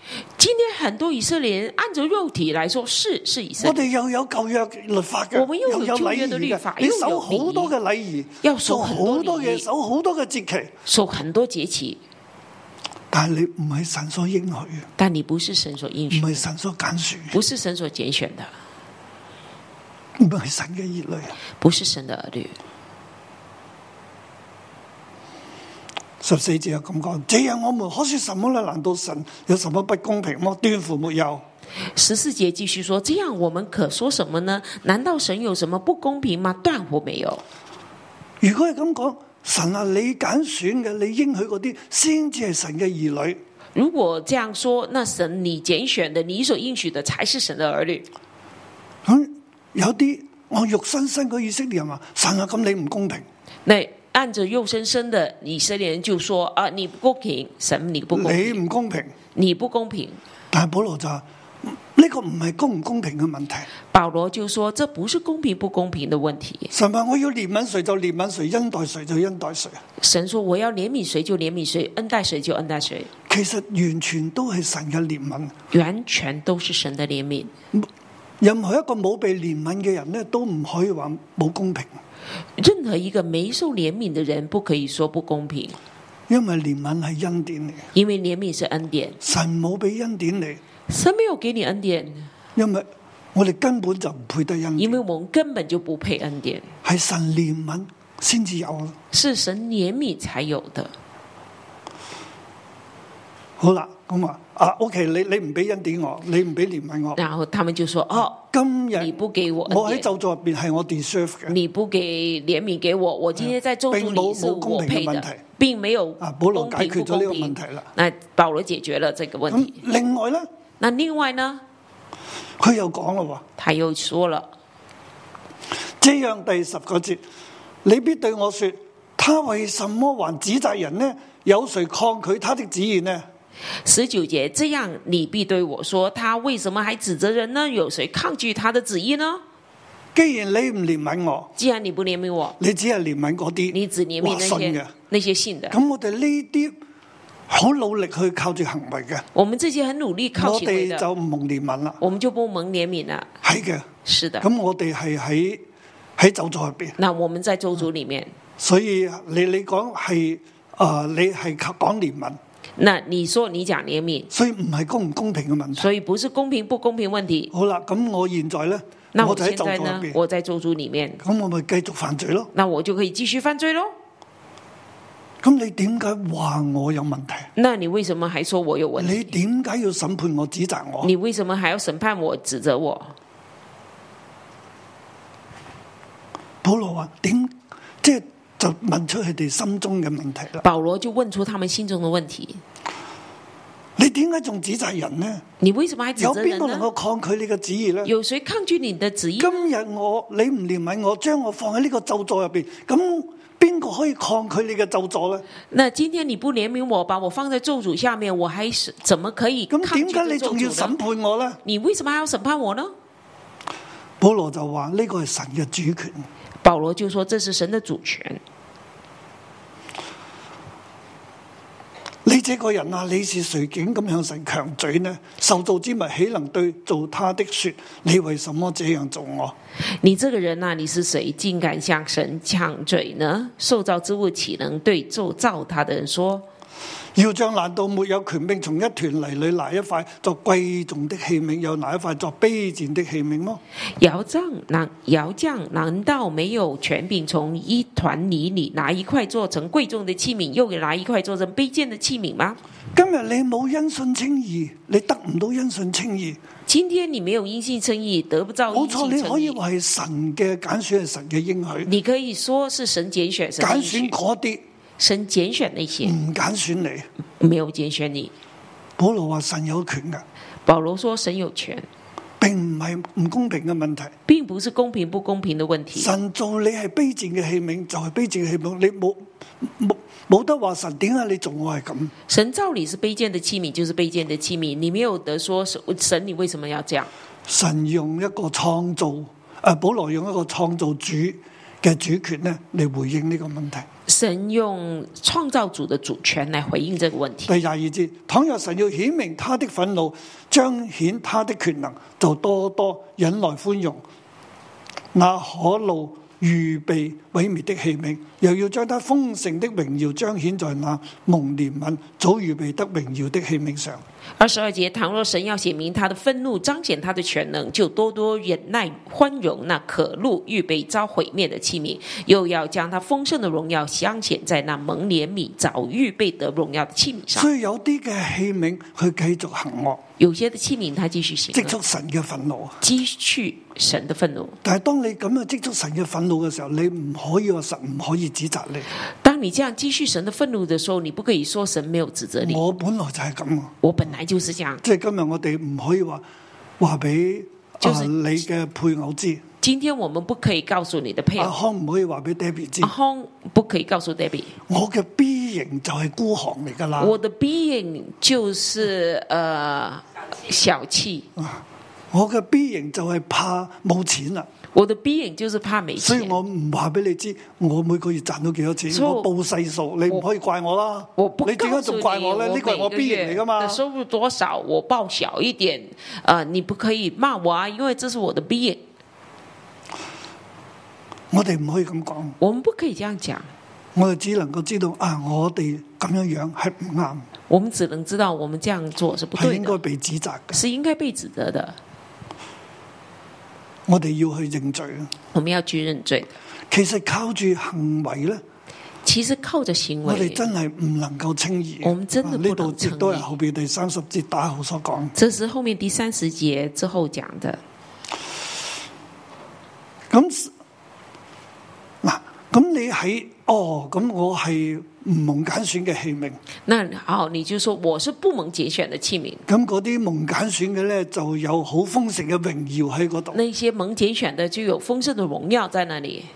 Speaker 3: 今天很多以色列人按照肉體來說是是以色列，
Speaker 2: 我哋又有舊約律法嘅，
Speaker 3: 我們又有
Speaker 2: 有
Speaker 3: 舊約的律法，
Speaker 2: 你守好多嘅禮儀，
Speaker 3: 要守
Speaker 2: 好多嘢，守好多嘅節期，
Speaker 3: 守很多節期。
Speaker 2: 但係你唔係神所應許嘅，
Speaker 3: 但你不是神所應許，
Speaker 2: 唔係神所揀選，
Speaker 3: 不是神所揀選的，
Speaker 2: 唔係神嘅兒女，
Speaker 3: 不是神的兒女。
Speaker 2: 十四節又咁講，這樣我們可說什麼呢？難道神有什麼不公平麼？斷乎沒有。
Speaker 3: 十四節繼續說，這樣我們可說什麼呢？難道神有什麼不公平嗎？斷乎沒有。
Speaker 2: 如果係咁講，神啊，你揀選嘅，你應許嗰啲，先至係神嘅兒女。
Speaker 3: 如果這樣說，那神你揀選的，你所應許的，才是神的兒女。
Speaker 2: 咁、嗯、有啲我肉身身個以色列人話，神啊，咁你唔公平。
Speaker 3: 那按着肉身生的以色列人就說啊，你不公平，神你不公平，
Speaker 2: 你唔公平，
Speaker 3: 你不公平。
Speaker 2: 但係保羅就話呢個唔係公唔公平嘅問題。
Speaker 3: 保羅就說這不是公平不公平的問題。
Speaker 2: 神話我要憐憫誰就憐憫誰，恩待誰就恩待誰。
Speaker 3: 神說我要憐憫誰就憐憫誰，恩待誰就恩待誰。
Speaker 2: 其實完全都係神嘅憐憫，
Speaker 3: 完全都是神的憐憫。
Speaker 2: 任何一個冇被憐憫嘅人呢，都唔可以話冇公平。
Speaker 3: 任何一個沒受憐憫的人，不可以說不公平，
Speaker 2: 因為憐憫係恩典嚟。
Speaker 3: 因為憐憫是恩典，
Speaker 2: 神冇俾恩典你，
Speaker 3: 神沒有給你恩典，
Speaker 2: 因為我哋根本就唔配得恩典，
Speaker 3: 因為我們根本就不配恩典，
Speaker 2: 係神憐憫先至有，
Speaker 3: 是神憐憫才有的。
Speaker 2: 好啦，咁啊，啊 ，OK， 你你唔俾恩典我，你唔俾憐憫我，
Speaker 3: 然後他們就說：哦，
Speaker 2: 今日
Speaker 3: 你不給我恩典，
Speaker 2: 我喺咒詛入邊係我 deserve 嘅，
Speaker 3: 你不給憐憫給我，我今天在咒詛裏是我配的，並沒有
Speaker 2: 啊，保羅解決咗呢個問題啦。
Speaker 3: 那保羅解決了這個問題。
Speaker 2: 另外呢，
Speaker 3: 那另外呢，
Speaker 2: 佢又講啦，
Speaker 3: 他又說了，
Speaker 2: 這樣第十個節，你必對我說，他為什麼還指責人呢？有誰抗拒他的旨意呢？
Speaker 3: 十九節，這樣你必對我說，他為什麼還指責人呢？有誰抗拒他的旨意呢？
Speaker 2: 既然你唔憐憫我，
Speaker 3: 既然你不憐憫我，
Speaker 2: 你只係憐憫嗰啲，
Speaker 3: 你只憐憫那些那些信的。
Speaker 2: 咁我哋呢啲好努力去靠住行為嘅，
Speaker 3: 我們這些很努力靠行為的，
Speaker 2: 我哋就唔蒙憐憫啦，
Speaker 3: 我們就不蒙憐憫啦。
Speaker 2: 係嘅，
Speaker 3: 是的。
Speaker 2: 咁我哋係喺喺咒詛入邊。
Speaker 3: 那我們在咒詛裏面，
Speaker 2: 所以你你講係誒，你係講憐憫。
Speaker 3: 那你說你講憐憫，
Speaker 2: 所以唔係公唔公平嘅問題，
Speaker 3: 所以不是公平不公平問題。
Speaker 2: 好啦，咁我現在呢，
Speaker 3: 那
Speaker 2: 我就喺咒詛入邊，
Speaker 3: 我在咒詛裏面，
Speaker 2: 咁我咪繼續犯罪咯。
Speaker 3: 那我就可以繼續犯罪咯。
Speaker 2: 咁你點解話我有問題？
Speaker 3: 那你為什麼還說我有問題？
Speaker 2: 你點解要審判我、指責我？
Speaker 3: 你為什麼還要審判我、指責我？
Speaker 2: 保羅話點，即係就問出佢哋心中嘅問題啦。
Speaker 3: 保羅就問出他們心中的問題。
Speaker 2: 你點解仲指責人呢？
Speaker 3: 你為什麼還指責人呢？
Speaker 2: 有邊個能夠抗拒你嘅旨意呢？
Speaker 3: 有誰抗拒你的旨意？
Speaker 2: 今日我你唔憐憫我，將我放喺呢個咒詛入邊，咁邊個可以抗拒你嘅咒詛呢？
Speaker 3: 那今天你不憐憫我，把我放在咒詛下面，我還是怎麼可以抗拒這咒詛呢？
Speaker 2: 咁點解你仲要審判我呢？
Speaker 3: 你為什麼還要審判我呢？
Speaker 2: 保羅就話呢個係神嘅主權。
Speaker 3: 保羅就說這是神的主權。
Speaker 2: 你這個人啊，你是誰竟咁向神強嘴呢？受造之物豈能對造他的說：你為什麼這樣做我？
Speaker 3: 你這個人啊，你是誰竟敢向神強嘴呢？受造之物豈能對造造他的人說？
Speaker 2: 窯匠難道沒有權柄從一團泥裏拿一塊作貴重的器皿，又拿一塊作卑賤的器皿嗎？
Speaker 3: 窯匠難窯匠難道沒有權柄從一團泥裏拿一塊做成貴重的器皿，又拿一塊做成卑賤的器皿嗎？
Speaker 2: 今日你冇因信稱義，你得唔到因信稱義。
Speaker 3: 今天你沒有因信稱義，得不到因信稱義。
Speaker 2: 冇錯，你可以話係神嘅揀選，係神嘅應許。
Speaker 3: 你可以說是神揀選，神
Speaker 2: 揀選嗰啲。
Speaker 3: 神揀選那些
Speaker 2: 唔揀選你，
Speaker 3: 沒有揀選你。
Speaker 2: 保羅話神有權㗎。
Speaker 3: 保羅說神有權，
Speaker 2: 並唔係唔公平嘅問題，
Speaker 3: 並不是公平不公平的問題。
Speaker 2: 神做你係卑賤嘅器皿，就係卑賤嘅器皿，你冇冇冇得話神點解你做我係咁？
Speaker 3: 神造你是卑賤的器皿，就是卑賤的器皿，你沒有得說神你為什麼要這樣？
Speaker 2: 神用一個創造，誒，保羅用一個創造主嘅主權咧嚟回應呢個問題。
Speaker 3: 神用創造主的主權來回應這個問題。
Speaker 2: 第廿二節，倘若神要顯明他的憤怒，彰顯他的權能，就多多忍耐寬容那可怒預備毀滅的器皿，又要將他豐盛的榮耀彰顯在那蒙憐憫早預備得榮耀的器皿上。
Speaker 3: 二十二節，倘若神要顯明他的憤怒，彰顯他的權能，就多多忍耐寬容那可怒預備遭毀滅的器皿，又要將他豐盛的榮耀彰顯在那蒙憐憫早預備得榮耀的器皿上。
Speaker 2: 所以有啲嘅器皿佢繼續行惡，
Speaker 3: 有些的器皿他繼續行惡，
Speaker 2: 積蓄神嘅憤怒，
Speaker 3: 積蓄神的憤怒。
Speaker 2: 但係當你咁樣積蓄神嘅憤怒嘅時候，你唔可以話神唔可以指責你。
Speaker 3: 當你這樣積蓄神的憤怒的時候，你不可以說神沒有指責你。
Speaker 2: 我本來就係咁啊，
Speaker 3: 我本來就是這樣。
Speaker 2: 即係今日我哋唔可以話話俾啊你嘅配偶知。
Speaker 3: 今天我們不可以告訴你的配偶。
Speaker 2: 阿康唔可以話俾 Debbie 知。
Speaker 3: 阿康不可以告訴 Debbie。
Speaker 2: 我嘅 B 型就係孤寒嚟噶啦。
Speaker 3: 我的 B 型就是誒、呃、小氣。
Speaker 2: 我嘅 B 型就係怕冇錢啦。
Speaker 3: 我的 B 型就是怕沒錢，
Speaker 2: 所以我唔話俾你知，我每個月賺到幾多錢，我報細數，你唔可以怪我啦。
Speaker 3: 我不告訴你，
Speaker 2: 你點解仲怪我咧？呢個係我 B 型嚟噶嘛？
Speaker 3: 收入多少我報小一點，呃，你不可以罵我啊，因為這是我的 B 型。
Speaker 2: 我哋唔可以咁講，
Speaker 3: 我們不可以這樣講。
Speaker 2: 我哋只能夠知道啊，我哋咁樣樣係唔啱。
Speaker 3: 我們只能知道我們這樣做是不對的，
Speaker 2: 係應該被指責嘅，
Speaker 3: 是應該被指責的。
Speaker 2: 我哋要去認罪啊！
Speaker 3: 我們要去認罪。
Speaker 2: 其實靠住行為咧，
Speaker 3: 其實靠着行為，
Speaker 2: 我哋真係唔能夠稱義。
Speaker 3: 我們真的不能稱義。
Speaker 2: 呢度亦都係後邊第三十節打後所講。
Speaker 3: 這是後面第三十節之後講的。
Speaker 2: 咁嗱，咁你喺哦，咁我係唔蒙揀選嘅器皿。
Speaker 3: 那好，你就說我是不蒙揀選的器皿。
Speaker 2: 咁嗰啲蒙揀選嘅咧，就有好豐盛嘅榮耀喺嗰度。
Speaker 3: 那些蒙揀選的就有豐盛的榮耀在那裡。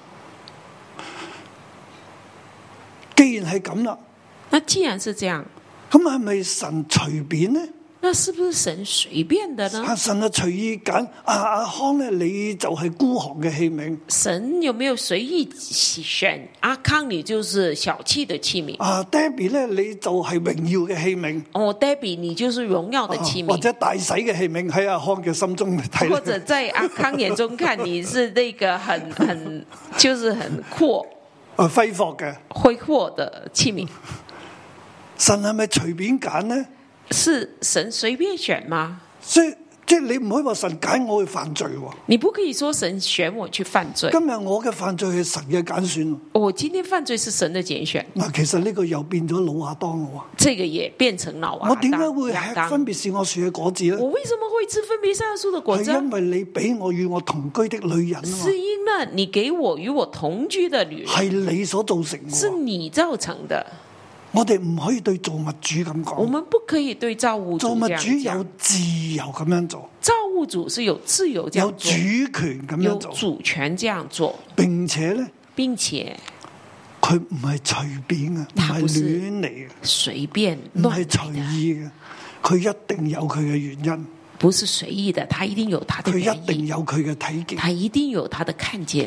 Speaker 2: 既然係咁啦，
Speaker 3: 那既然是這樣，
Speaker 2: 咁係咪神隨便呢？
Speaker 3: 那是不是神隨便的呢？
Speaker 2: 神啊隨意揀阿阿康咧，你就係孤寒嘅器皿。
Speaker 3: 神有沒有隨意選阿康？你就是小氣的器皿。
Speaker 2: 啊 Debbie 咧，你就係榮耀嘅器皿。
Speaker 3: 哦 Debbie 你就是榮耀的器皿，
Speaker 2: 或者大洗嘅器皿喺阿康嘅心中睇。
Speaker 3: 或者在阿康眼中看你是那個很很就是很闊
Speaker 2: 啊揮霍嘅
Speaker 3: 揮霍的器皿。
Speaker 2: 神係咪隨便揀呢？
Speaker 3: 是神隨便選嗎？
Speaker 2: 所以即係你唔可以話神揀我去犯罪。
Speaker 3: 你不可以說神選我去犯罪。
Speaker 2: 今日我嘅犯罪係神嘅揀選。
Speaker 3: 我今天犯罪是神的揀選。
Speaker 2: 嗱，其實呢個又變咗老亞當咯。
Speaker 3: 這個也變成老亞當。
Speaker 2: 我點解會吃分別善惡樹嘅果子呢？
Speaker 3: 我為什麼會吃分別善惡樹的果子？
Speaker 2: 係因為你俾我與我同居的女人啊嘛。
Speaker 3: 是因為你給我與我同居的女人。
Speaker 2: 係你所造成嘅。
Speaker 3: 是你造成的。
Speaker 2: 我哋唔可以對造物主咁講。
Speaker 3: 我們不可以對造物主這樣講。
Speaker 2: 造物主有自由咁樣做。
Speaker 3: 造物主是有自由這樣做。
Speaker 2: 有主權咁樣做。
Speaker 3: 有主權這樣做。
Speaker 2: 並且咧，
Speaker 3: 並且
Speaker 2: 佢唔係隨便嘅，唔係亂嚟嘅，
Speaker 3: 隨便
Speaker 2: 唔係隨意嘅，佢一定有佢嘅原因。
Speaker 3: 不是隨意的，他一定有他的原因。
Speaker 2: 佢一定有佢嘅體檢。
Speaker 3: 他一定有他的看見。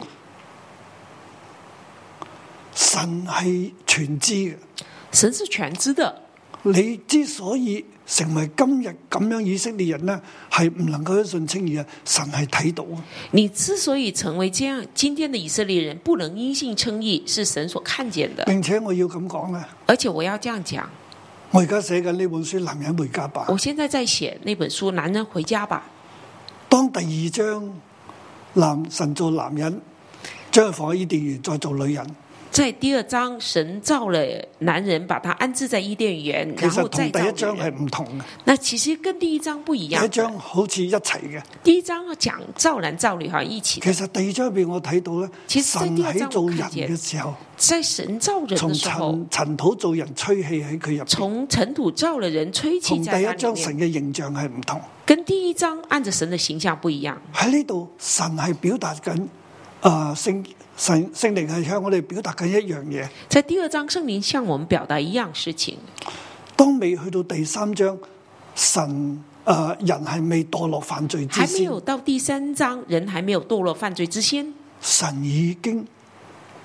Speaker 2: 神係全知嘅。
Speaker 3: 神是全知的。
Speaker 2: 你之所以成為今日咁樣以色列人呢，係唔能夠一信稱義啊！神係睇到啊！
Speaker 3: 你之所以成為這樣，今天的以色列人不能因信稱義，是神所看見的。
Speaker 2: 並且我要咁講咧，
Speaker 3: 而且我要這樣講。
Speaker 2: 我而家寫緊呢本書《男人回家吧》。
Speaker 3: 我現在在寫那本書《男人回家吧》。
Speaker 2: 當第二章男神做男人，將佢放喺伊甸園，再做女人。
Speaker 3: 在第二章，神造了男人，把他安置在伊甸園，然後再造女人。
Speaker 2: 其實同第一章係唔同嘅。
Speaker 3: 那其實跟第一章不一樣。
Speaker 2: 第一章好似一齊嘅。
Speaker 3: 第一章講造男造女，好像一起。
Speaker 2: 其實第二章入邊我睇到咧，神喺做人嘅時候，
Speaker 3: 在神造人嘅時候，
Speaker 2: 從塵土造人，吹氣喺佢入邊。
Speaker 3: 從塵土造了人，吹氣在他裏面。
Speaker 2: 同第一章神嘅形象係唔同，
Speaker 3: 跟第一章按着神嘅形象不一樣。
Speaker 2: 喺呢度神係表達緊。啊！聖神聖靈係向我哋表達緊一樣嘢。
Speaker 3: 在第二章，聖靈向我們表達一樣事情。
Speaker 2: 當未去到第三章，神誒、呃、人係未墮落犯罪之前，
Speaker 3: 還沒有到第三章，人還沒有墮落犯罪之前，
Speaker 2: 神已經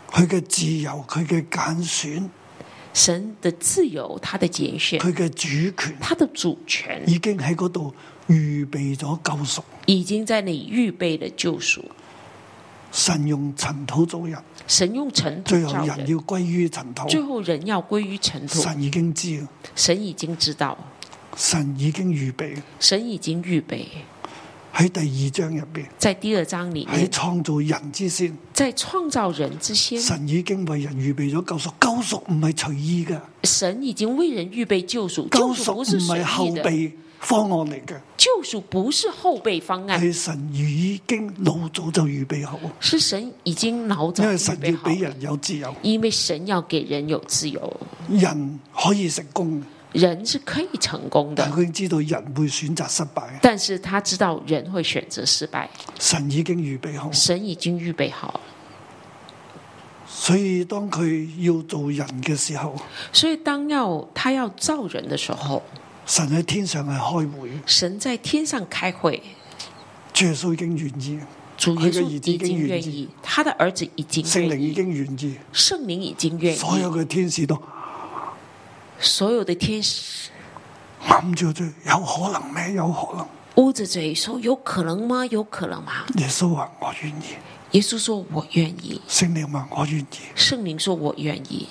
Speaker 2: 佢嘅自由，佢嘅揀選，
Speaker 3: 神的自由，他的揀選，
Speaker 2: 佢嘅主權，
Speaker 3: 他的主權
Speaker 2: 已經喺嗰度預備咗救贖，
Speaker 3: 已經在那裡預備了救贖。
Speaker 2: 神用塵土造人，
Speaker 3: 神用塵土
Speaker 2: 最
Speaker 3: 造人，
Speaker 2: 後人要歸於塵土，
Speaker 3: 最後人要歸於塵土。
Speaker 2: 神已經知，
Speaker 3: 神已經知道，
Speaker 2: 神已經預備，
Speaker 3: 神已經預備。
Speaker 2: 喺第二章入邊，
Speaker 3: 在第二章裡
Speaker 2: 喺
Speaker 3: 面，
Speaker 2: 創造人之先，
Speaker 3: 在創造人之先，
Speaker 2: 神已經為人預備咗救贖。救贖唔係隨意嘅，
Speaker 3: 神已經為人預備救贖。
Speaker 2: 救贖唔
Speaker 3: 救贖不是
Speaker 2: 係後
Speaker 3: 隨意的，
Speaker 2: 備方案嚟嘅，
Speaker 3: 救贖不是後備方案，
Speaker 2: 係神已經老早就預備好。
Speaker 3: 是神已經老早
Speaker 2: 因為
Speaker 3: 預備好
Speaker 2: 神要俾人有自由，
Speaker 3: 因為神要給人有自由，
Speaker 2: 人可以成功，
Speaker 3: 人是可以成功的
Speaker 2: 但，佢知道人會選擇失敗。
Speaker 3: 但是他知道人會選擇失敗。
Speaker 2: 神已經預備好，
Speaker 3: 神已經預備好，
Speaker 2: 所以當佢要做人嘅時候，
Speaker 3: 所以當要他要造人的時候，
Speaker 2: 神喺天上係開會，
Speaker 3: 神在天上開會，
Speaker 2: 主耶穌已經願意，
Speaker 3: 主耶穌
Speaker 2: 佢嘅兒子已
Speaker 3: 已經願
Speaker 2: 經願意
Speaker 3: 意，他的兒子已經
Speaker 2: 聖靈已
Speaker 3: 願意，
Speaker 2: 經願意，
Speaker 3: 聖靈已經願意，
Speaker 2: 所有嘅天使都
Speaker 3: 所有的天使
Speaker 2: 揞住嘴，有可能咩？有可能。
Speaker 3: 捂着嘴說：有可能嗎？有可能嗎？
Speaker 2: 耶穌話我願意，
Speaker 3: 耶穌說：我願意。
Speaker 2: 聖靈話我願意，
Speaker 3: 聖靈說：我願意。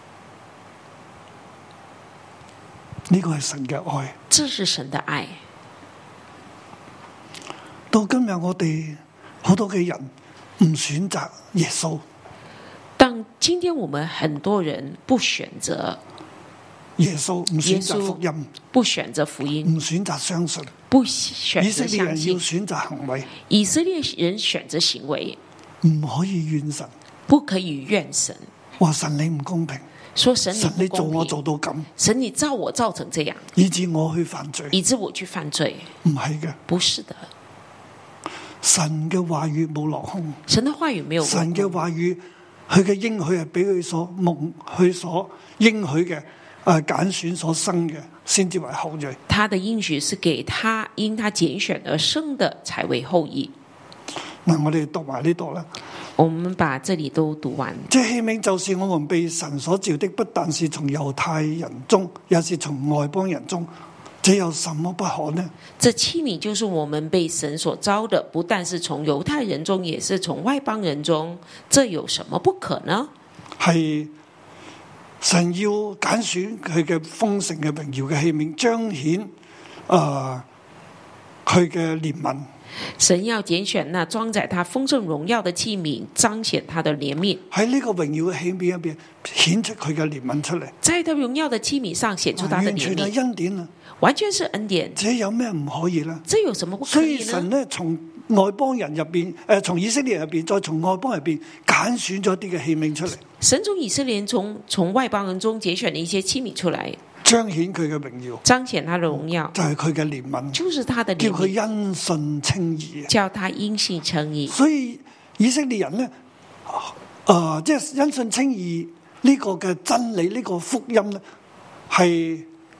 Speaker 2: 呢個係神嘅愛。
Speaker 3: 這是神的愛。
Speaker 2: 到今日我哋好多嘅人唔選擇耶穌，
Speaker 3: 當今天我們很多人不選擇
Speaker 2: 耶穌，唔選擇福音，
Speaker 3: 不選擇福音，
Speaker 2: 唔選擇相信。
Speaker 3: 不選
Speaker 2: 以色
Speaker 3: 擇相
Speaker 2: 列人要
Speaker 3: 信。
Speaker 2: 選擇行為，
Speaker 3: 以色列人選擇行為，
Speaker 2: 唔可以怨神，
Speaker 3: 不可以怨神。
Speaker 2: 話神你唔公平，
Speaker 3: 說神
Speaker 2: 神你
Speaker 3: 你不公平，
Speaker 2: 做我做到咁，
Speaker 3: 神你造我造成這樣，
Speaker 2: 以致我去犯罪。
Speaker 3: 以致我去犯罪。
Speaker 2: 唔係嘅，
Speaker 3: 不是的，
Speaker 2: 神嘅話語冇落空，
Speaker 3: 神的話語沒有落空。
Speaker 2: 神嘅話語，佢嘅應許係俾佢所蒙，佢所應許嘅誒揀選所生嘅，先至為後裔。
Speaker 3: 他的應許是給他因他揀選而生的，才為後裔。
Speaker 2: 嗱，我哋讀埋呢度啦。
Speaker 3: 我們把這裡都讀完。
Speaker 2: 這器皿就是我們被神所召的，不但是從猶太人中，也是從外邦人中。這有什麼不可呢？
Speaker 3: 這器皿就是我們被神所召的，不但是從猶太人中，也是從外邦人中。這有什麼不可呢？
Speaker 2: 係神要揀選佢嘅豐盛嘅榮耀嘅器皿，彰顯誒佢嘅憐憫。
Speaker 3: 神要揀選那裝載他豐盛榮耀的器皿，彰顯他的憐憫。
Speaker 2: 喺呢個榮耀嘅器皿入邊，顯出佢嘅憐憫出嚟。
Speaker 3: 在他榮耀的器皿上顯出他的憐
Speaker 2: 完全係
Speaker 3: 憫，
Speaker 2: 恩典啊！
Speaker 3: 完全是恩典。
Speaker 2: 這有咩唔可以呢？
Speaker 3: 這有什麼不可
Speaker 2: 所以
Speaker 3: 以
Speaker 2: 神
Speaker 3: 呢？
Speaker 2: 呢，從外邦人入邊，誒、呃，從以色列人入邊，再從外邦人入邊揀選咗啲嘅器皿出嚟，
Speaker 3: 神從以色列人從從外邦人中揀選了一些器皿出來，
Speaker 2: 彰顯佢嘅榮耀，
Speaker 3: 彰顯他的榮耀，
Speaker 2: 就係佢嘅憐憫，
Speaker 3: 就是他的
Speaker 2: 叫佢
Speaker 3: 憐憫，
Speaker 2: 因信稱義。
Speaker 3: 叫他因信稱義。
Speaker 2: 所以以色列人呢，誒、呃，即係因信稱義呢個嘅真理，呢、這個福音呢，係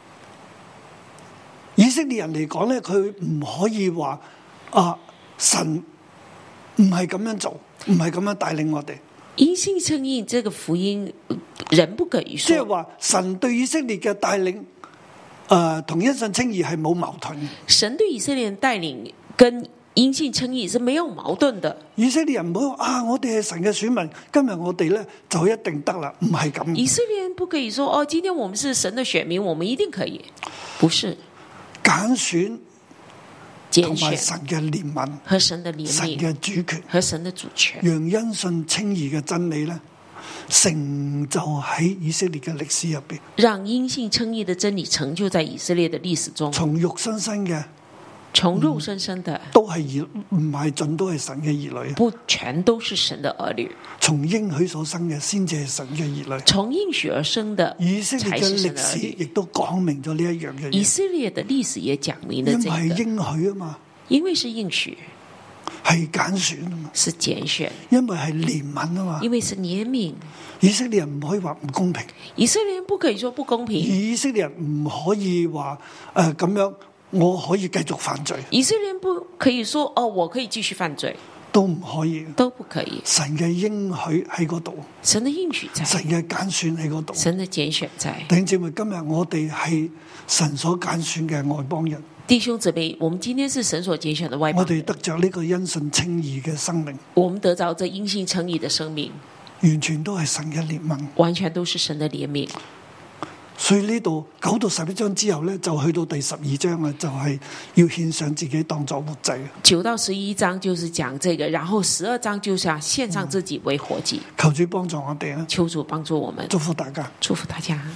Speaker 2: 以色列人嚟講呢，佢唔可以話啊神唔係咁樣做，唔係咁樣帶領我哋。
Speaker 3: 因信稱義這個福音，人不可以說。
Speaker 2: 即係話神對以色列嘅帶領，誒、呃，同因信稱義係冇矛盾。
Speaker 3: 神對以色列人帶領跟因信稱義是沒有矛盾的。
Speaker 2: 以色列人唔好話啊，我哋係神嘅選民，今日我哋咧就一定得啦，唔係咁。
Speaker 3: 以色列人不可以說哦，今天我們是神的選民，我們一定可以，不是。
Speaker 2: 揀選同
Speaker 3: 揀選
Speaker 2: 埋神嘅憐憫
Speaker 3: 和神的憐
Speaker 2: 神
Speaker 3: 憫
Speaker 2: 嘅主權
Speaker 3: 和神的主權，
Speaker 2: 讓因信稱義嘅真理咧成就喺以色列嘅歷史入邊，
Speaker 3: 讓因信稱義的真理成就在以色列的歷史中。
Speaker 2: 從肉身生嘅，
Speaker 3: 從肉身生的，
Speaker 2: 都係兒，唔係盡都係神嘅兒女，
Speaker 3: 不全都是神的兒女。
Speaker 2: 從應許所生嘅先至係神嘅兒女。
Speaker 3: 從應許而生的
Speaker 2: 以色列
Speaker 3: 才
Speaker 2: 嘅歷
Speaker 3: 是神的兒女。
Speaker 2: 史亦都講明咗呢一樣嘅嘢，
Speaker 3: 以色列的歷史也講明了
Speaker 2: 因為
Speaker 3: 這個，
Speaker 2: 係應許啊嘛，
Speaker 3: 因為是應許，
Speaker 2: 係揀選啊嘛，
Speaker 3: 是揀選，
Speaker 2: 因為係憐憫啊嘛。
Speaker 3: 因為是憐憫。
Speaker 2: 以色列人唔可以話唔公平，
Speaker 3: 以色列人不可以說不公平，
Speaker 2: 以色列人唔可以話誒咁樣，我可以繼續犯罪。
Speaker 3: 以色列人不可以說哦，我可以繼續犯罪。
Speaker 2: 都唔可以，
Speaker 3: 都不可以。
Speaker 2: 神嘅應許喺嗰度，
Speaker 3: 神嘅應許在，
Speaker 2: 神嘅揀選喺嗰度，
Speaker 3: 神嘅揀選在。
Speaker 2: 弟兄姊妹，今日我哋係神所揀選嘅外邦人。
Speaker 3: 弟兄姊妹，我們今天是神所揀選的外邦人，
Speaker 2: 我哋得着呢個因信稱義嘅生命，
Speaker 3: 我們得着這因信稱義的生命，
Speaker 2: 完全都係神嘅憐憫，
Speaker 3: 完全都是神的憐憫。
Speaker 2: 所以呢度九到十一章之後呢，就去到第十二章啊，就係、是、要獻上自己當作活祭。
Speaker 3: 九到十一章就是講這個，然後十二章就是要獻上自己為活祭。
Speaker 2: 求主幫助我哋啊！
Speaker 3: 求主幫助我們，
Speaker 2: 祝福大家，
Speaker 3: 祝福大家。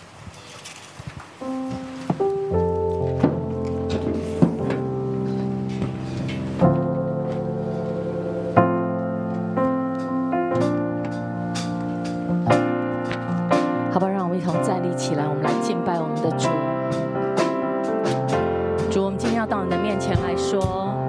Speaker 4: 好吧，讓我們一同站立起來，我們來敬拜我們的主。主，我們今天要到你的面前來說，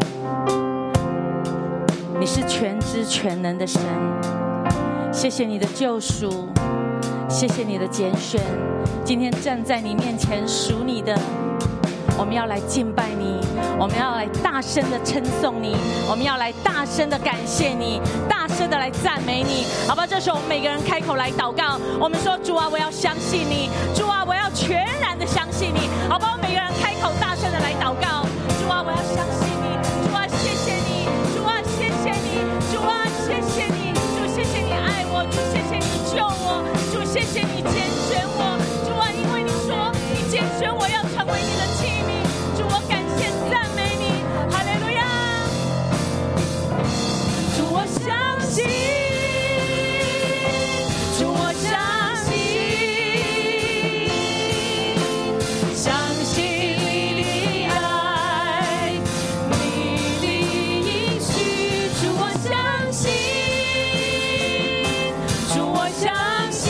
Speaker 4: 你是全知全能的神，謝謝你的救贖，謝謝你的揀選。今天站在你面前屬你的，我們要來敬拜你，我們要來大聲的稱頌你，我們要來大聲的感謝你，大聲的來讚美你，好吧？這時候我們每個人開口來禱告，我們說，主啊，我要相信你，主啊，我要全然的相信你，好吧？每個人開口大聲的來禱告，主啊，我要相信你，主啊，謝謝你，主啊，謝謝你，主啊，謝謝你，主，謝謝你愛我，主，謝謝你救我，主，謝謝你揀選我，主啊，因為你說你揀選我要成為你的器皿，主，我感謝讚美你，哈利路亞，主，我相信，主，我相信，相信你的愛，你的應許，主，我相信，主，我相信，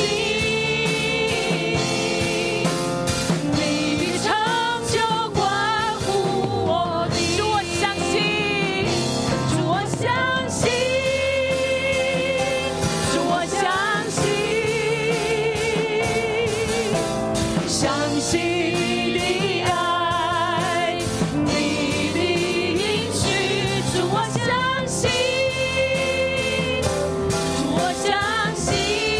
Speaker 4: 你的成就關乎我的，主，我相信，主，我相信，主，我相信，相信你的愛，你的應許，主，我相信，主，我相信，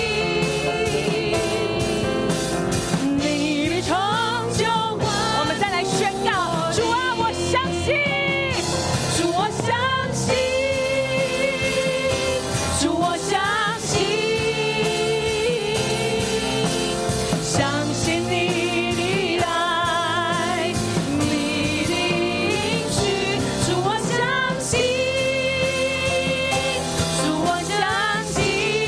Speaker 4: 你的成就關。我們再來宣告，主啊，我相信，主，我相信，主，我相信，相信你的愛，你的應許，主，我相信，主，我相信，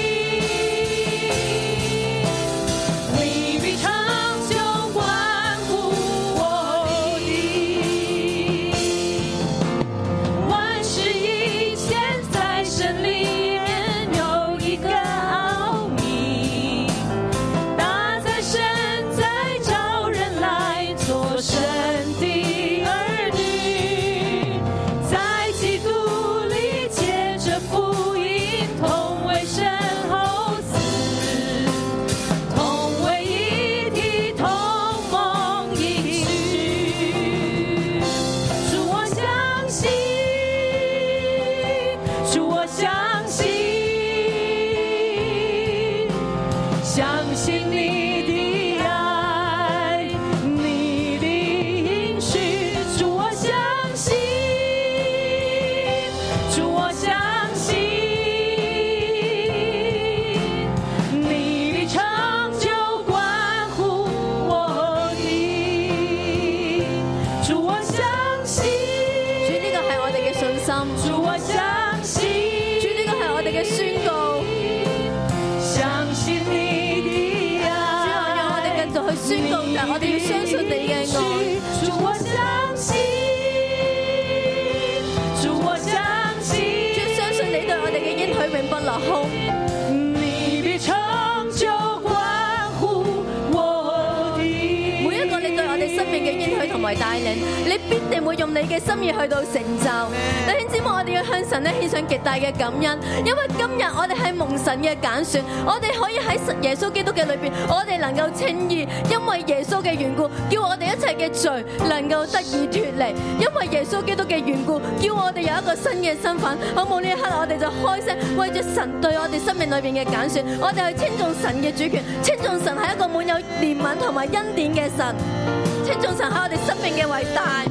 Speaker 4: 你的成就關乎我的，萬事以前在神裡面有一個奧秘，大在神在召人來做神的兒女，在基督裡借着福音同為神後嗣，同為一體，同蒙應許。主，我相信，主，我相信，相信你的愛，你的應許，主，我相信，主，我相信，你的成就關乎我的，主，我相信，
Speaker 5: 主，呢個係我哋嘅信心，
Speaker 4: 主，我相信，
Speaker 5: 主，呢個係我哋嘅宣告，
Speaker 4: 相信你的
Speaker 5: 主啊，讓我哋
Speaker 4: 愛，
Speaker 5: 繼續去宣告，就係我哋要相信你嘅愛。
Speaker 4: 主，我相信，主，我相信，
Speaker 5: 主，相信你對我哋嘅應許永不落空。
Speaker 4: 你的成就關乎我的，
Speaker 5: 每一個你對我哋生命嘅應許同埋為帶領，你必定會用你嘅心意去到成就。弟兄姊妹，我哋要向神咧獻上極大嘅感恩，因為今日我哋係蒙神嘅揀選，我哋可以喺耶穌基督嘅裏邊，我哋能夠稱義，因為耶穌嘅緣故，叫我哋一切嘅罪能夠得以脫離，因為耶穌基督嘅緣故，叫我哋有一個新嘅身份。好冇？呢一刻我哋就開聲為咗神對我哋生命裏邊嘅揀選，我哋去稱頌神嘅主權，稱頌神係一個滿有憐憫同埋恩典嘅神，稱頌神喺我哋生命嘅偉大。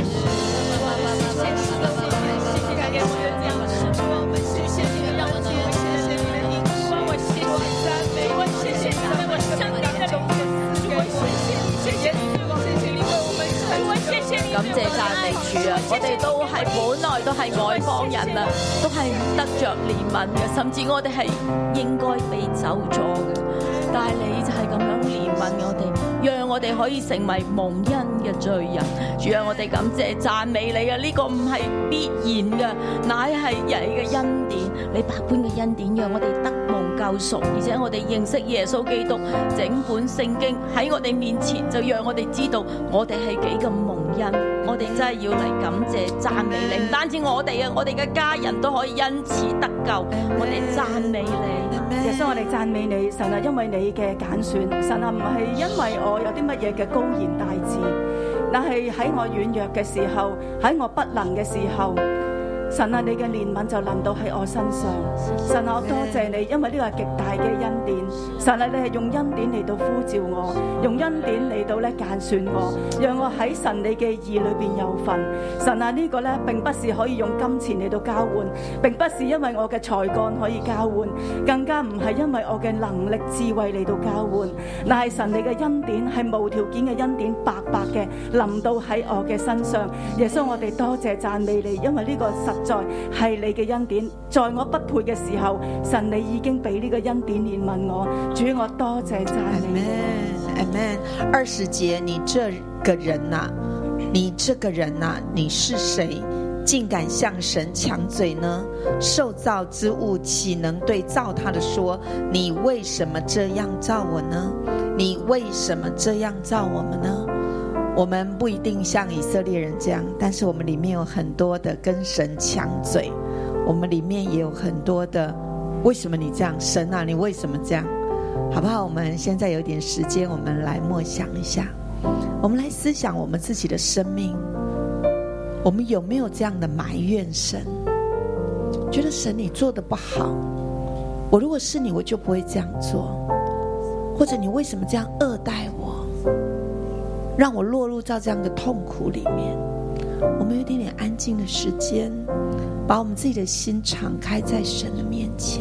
Speaker 4: 感謝讚美主啊！我哋都係本來都係外邦人啊，都係唔得着憐憫嘅，甚至我哋係應該被咒詛嘅。但係你就係咁樣憐憫我哋，讓我哋可以成為蒙恩嘅罪人。主啊，我哋感謝讚美你啊！呢、這個唔係必然嘅，乃係你嘅恩典，你百般嘅恩典，讓我哋得蒙救贖，而且我哋認識耶穌基督，整本聖經喺我哋面前，就讓我哋知道我哋係幾咁蒙恩。我哋真係要嚟感謝讚美你，唔單止我哋啊，我哋嘅家人都可以因此得救。我哋讚美你，
Speaker 6: 耶穌，我哋讚美你，神啊，因為你嘅揀選，神啊，唔係因為我有啲乜嘢嘅高言大志，但係喺我軟弱嘅時候，喺我不能嘅時候，神啊，你嘅憐憫就臨到喺我身上。神啊，我多謝你，因為呢個係極大嘅恩典。神啊，你係用恩典嚟到呼召我，用恩典嚟到咧揀選我，讓我喺神你嘅義裏邊有份。神啊，呢個咧並不是可以用金錢嚟到交換，並不是因為我嘅才幹可以交換，更加唔係因為我嘅能力智慧嚟到交換，乃係神你嘅恩典係無條件嘅恩典，白白嘅臨到喺我嘅身上。耶穌，我哋多謝讚美你，因為呢個實在係你嘅恩典，在我不配嘅時候，神你已經俾呢個恩典憐憫我。主，我多謝讚美你。
Speaker 7: Amen。二十節，你這個人啊，你這個人啊，你是誰，竟敢向神搶嘴呢？受造之物豈能對造他的說，你為什麼這樣造我呢？你為什麼這樣造我們呢？我們不一定像以色列人這樣，但是我們裡面有很多的跟神搶嘴，我們裡面也有很多的為什麼你這樣，神啊，你為什麼這樣？好不好？我們現在有點時間，我們來默想一下，我們來思想我們自己的生命，我們有沒有這樣的埋怨神，覺得神你做得不好，我如果是你我就不會這樣做，或者你為什麼這樣惡待我，讓我落入到這樣的痛苦裡面。我們有一點點安靜的時間，把我們自己的心敞開在神的面前。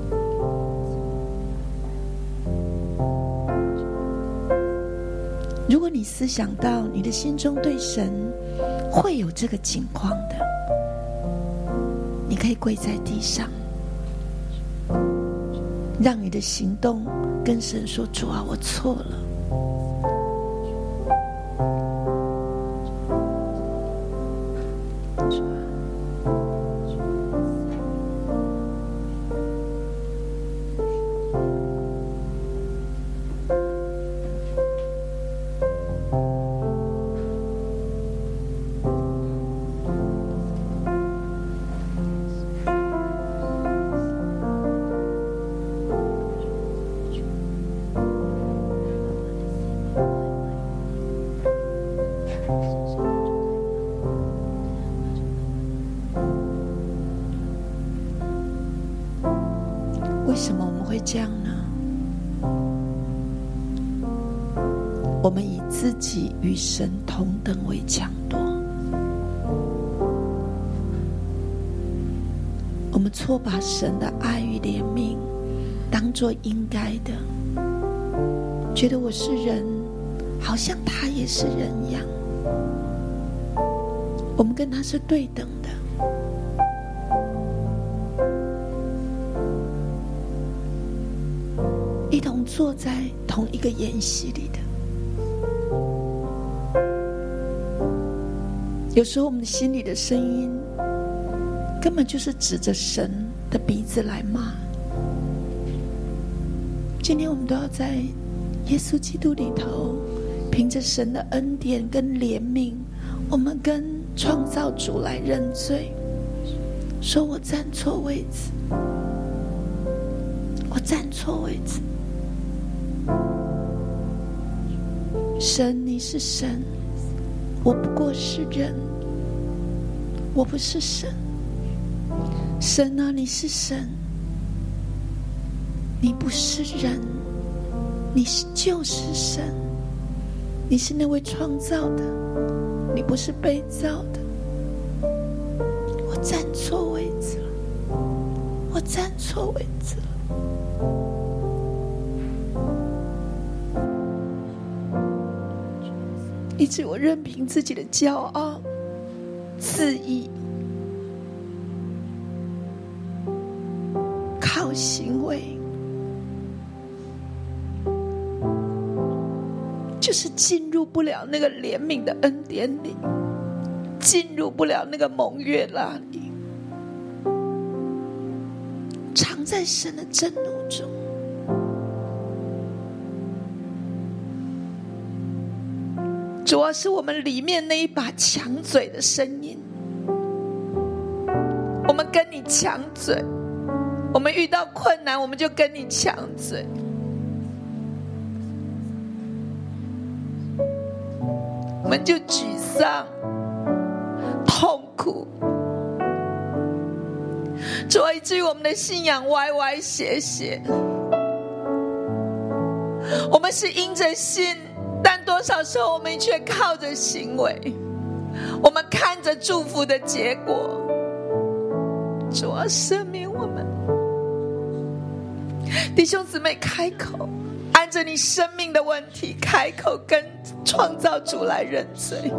Speaker 7: 如果你思想到你的心中對神會有這個情況的，你可以跪在地上，讓你的行動跟神說，主啊，我錯了。為什麼我們會這樣呢？我們以自己與神同等為搶奪，我們錯把神的愛與憐憫當作應該的，覺得我是人，好像他也是人一樣，我們跟他是對等的。一同坐在同一個筵席裡的，有時候我們心裡的聲音根本就是指着神的鼻子來罵。今天我們都要在耶穌基督裡頭凭着神的恩典跟怜悯，我们跟创造主来认罪，说我站错位置，我站错位置。神，你是神，我不过是人，我不是神。神啊，你是神，你不是人，你是就是神，你是那位创造的，你不是被造的。我站错位置了，我站错位置了。以致我任凭自己的骄傲、自义，靠行为，就是进入不了那个怜悯的恩典里，进入不了那个蒙悦那里，藏在神的震怒中。主要是我们里面那一把抢嘴的声音，我们跟你抢嘴，我们遇到困难我们就跟你抢嘴，我们就沮丧痛苦。主啊，以至于我们的信仰歪歪斜斜，我们是因着信，但多少时候我们却靠着行为，我们看着祝福的结果。主啊，赦免我们。弟兄姊妹，开口按着你生命的问题开口跟创造主来认罪，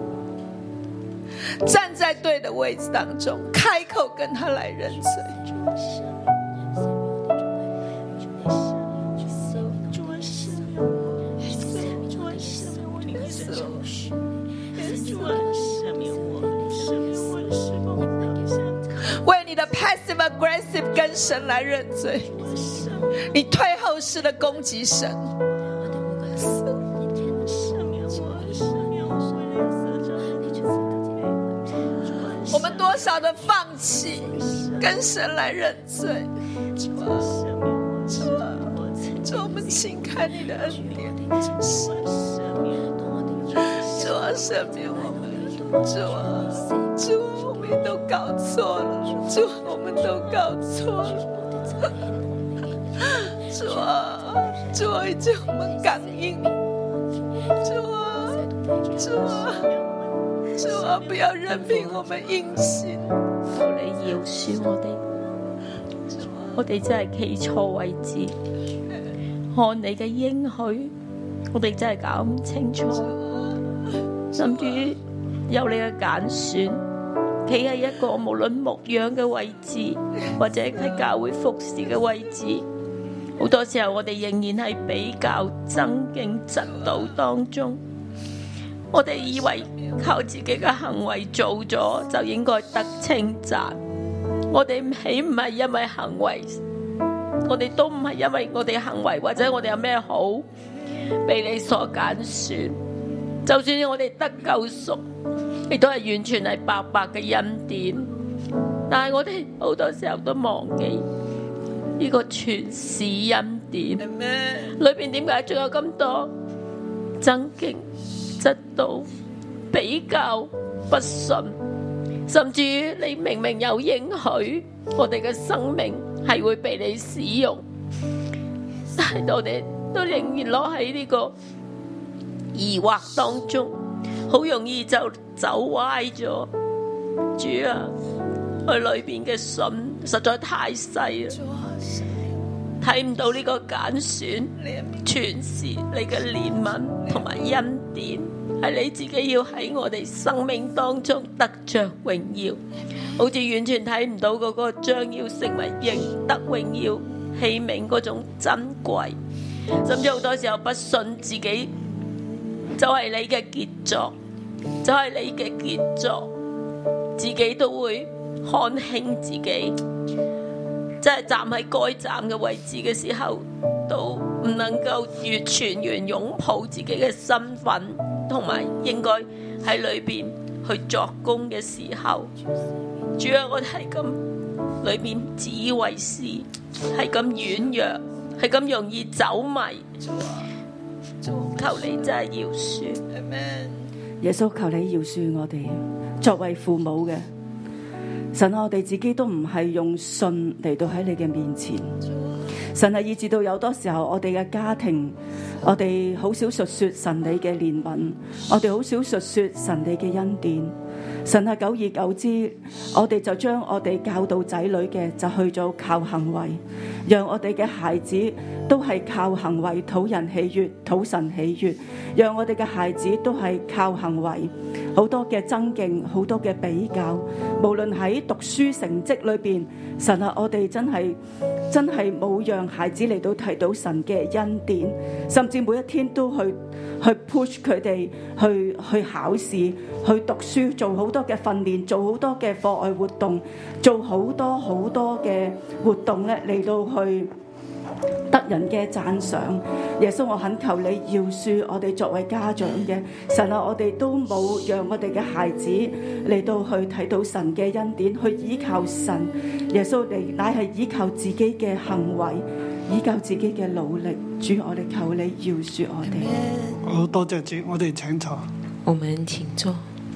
Speaker 7: 站在对的位置当中，开口跟他来认罪。为你的 passive aggressive 跟神来认罪，你退后式的攻击神，我们多少的放弃跟神来认罪。主啊，主啊，主啊，我们请看你的恩典，主啊，赦免我们。主啊，主啊，我们也都搞错了，主啊，我们都搞错了。主啊，主啊，以致我們感應。主啊，主啊，主啊，不要任憑我們硬心。
Speaker 4: 求你饒恕我哋，我哋真係企錯位置，看你嘅應許，我哋真係搞唔清楚，甚至於有你嘅揀選，企喺一個無論牧養嘅位置，或者喺教會服侍嘅位置。好多時候我哋仍然係比較爭競嫉妒當中，我哋以為靠自己嘅行為做咗就應該得稱讚，我哋豈唔係因為行為，我哋都唔係因為我哋行為或者我哋有咩好被你所揀選，就算我哋得救贖亦都係完全係白白嘅恩典，但係我哋好多時候都忘記呢個全是恩典，裏面點解仲有咁多爭競、嫉妒、比較、不信，甚至於你明明有應許，我哋嘅生命係會被你使用，但係我哋都仍然落喺呢個疑惑當中，好容易就走歪咗。主啊，佢裏邊嘅信實在太細啦，睇唔到呢個揀選，全是你嘅憐憫同埋恩典，係你自己要喺我哋生命當中得着榮耀，好似完全睇唔到嗰個將要成為贏得榮耀器皿嗰種珍貴，甚至好多時候不信自己就係你嘅傑作，就係你嘅傑作，自己都會看輕自己，即係站喺該站嘅位置嘅時候，都
Speaker 8: 唔能夠完全完擁抱自己嘅身份，同埋應該喺裏邊去作工嘅時候，主啊，我哋係咁裏邊自以為是，係咁軟弱，係咁容易走迷。求你真係饒恕，
Speaker 6: 耶穌求你饒恕我哋，作為父母嘅神啊，我哋自己都唔係用信嚟到喺你嘅面前。神啊，以至到有多時候我哋嘅家庭，我哋好少述說神你嘅憐憫，我哋好少述說神你嘅恩典。神啊，久而久之，我哋就將我哋教導仔女嘅就去咗靠行為，讓我哋嘅孩子都係靠行為討人喜悅、討神喜悅，讓我哋嘅孩子都係靠行為，好多嘅爭競，好多嘅比較，無論喺讀書成績裏邊，神啊，我哋真係真係冇讓孩子嚟到睇到神嘅恩典，甚至每一天都去去 push 佢哋去去考試、去讀書，做好多嘅訓練，做好多嘅課外活動，做好多好多嘅活動咧，嚟到去得人嘅讚賞。耶穌，我懇求你饒恕我哋作為家長嘅神啊，我哋都冇讓我哋嘅孩子嚟到去睇到神嘅恩典，去依靠神。耶穌，你乃係依靠自己嘅行為，依靠自己嘅努力。主，我哋求你饒恕我哋。
Speaker 2: 好多謝主，我哋請坐。
Speaker 3: 我們請坐。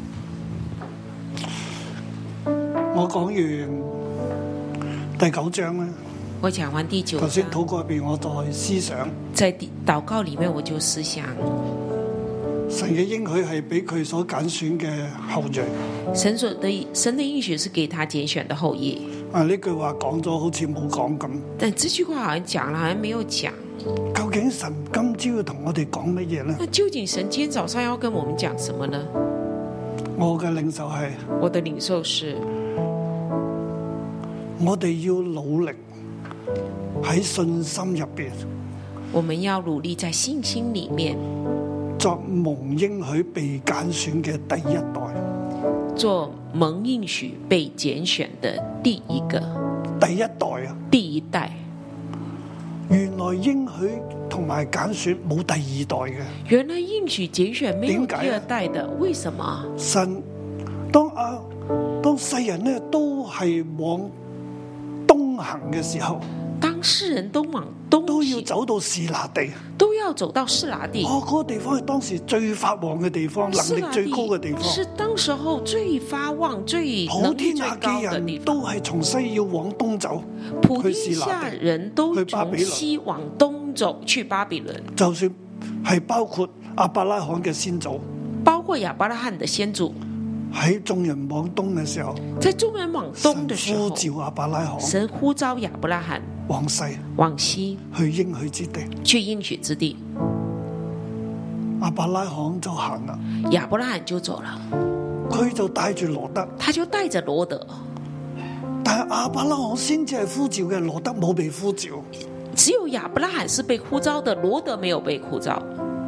Speaker 2: 我講完第九章咧，
Speaker 3: 我講完第九章，
Speaker 2: 頭先禱告入邊，我再思想，
Speaker 3: 在禱告裡面我就思想，
Speaker 2: 神嘅應許係俾佢所揀選嘅後裔。
Speaker 3: 神所的神的應許是給他揀選的後裔。
Speaker 2: 啊，呢句話講咗好似冇講咁。
Speaker 3: 但這句話好像講了，好像沒有講。
Speaker 2: 究竟神今朝要同我哋講乜嘢呢？
Speaker 3: 那究竟神今天早上要跟我們講什麼呢？
Speaker 2: 我嘅領受係，
Speaker 3: 我的領受是，
Speaker 2: 我哋要努力喺信心入邊，
Speaker 3: 我們要努力在信心裡面
Speaker 2: 作蒙應許被揀選嘅第一代，
Speaker 3: 做蒙應許被揀選的第一個，
Speaker 2: 第一代啊，
Speaker 3: 第一代。
Speaker 2: 原來應許同埋揀選冇第二代嘅。
Speaker 3: 原來應許揀選沒有第二代的，為什麼？
Speaker 2: 神當啊當世人呢都係往東行嘅時候，
Speaker 3: 當世人都往東
Speaker 2: 都要走到示拿地，
Speaker 3: 都要走到示拿地。
Speaker 2: 哦，嗰個地方係當時最發旺嘅地方，能力最高嘅地方，
Speaker 3: 是當時候最發旺、最能力最高嘅地方。
Speaker 2: 都係從西要往東走，
Speaker 3: 普天下人都從西往東走去巴比倫。
Speaker 2: 就算係包括亞伯拉罕嘅先祖，
Speaker 3: 包括亞伯拉罕嘅先祖。
Speaker 2: 喺眾人往東嘅時候，
Speaker 3: 在眾人往東的時候，
Speaker 2: 神呼召亞伯拉罕，
Speaker 3: 神呼召亞伯拉罕
Speaker 2: 往西，
Speaker 3: 往西
Speaker 2: 去應許之地，
Speaker 3: 去應許之地。
Speaker 2: 亞伯拉罕就行啦，
Speaker 3: 亞伯拉罕就走了，
Speaker 2: 佢就帶住羅德，
Speaker 3: 他就帶着羅德。
Speaker 2: 但係亞伯拉罕先至係呼召嘅，羅德冇被呼召。
Speaker 3: 只有亞伯拉罕是被呼召的，羅德沒有被呼召。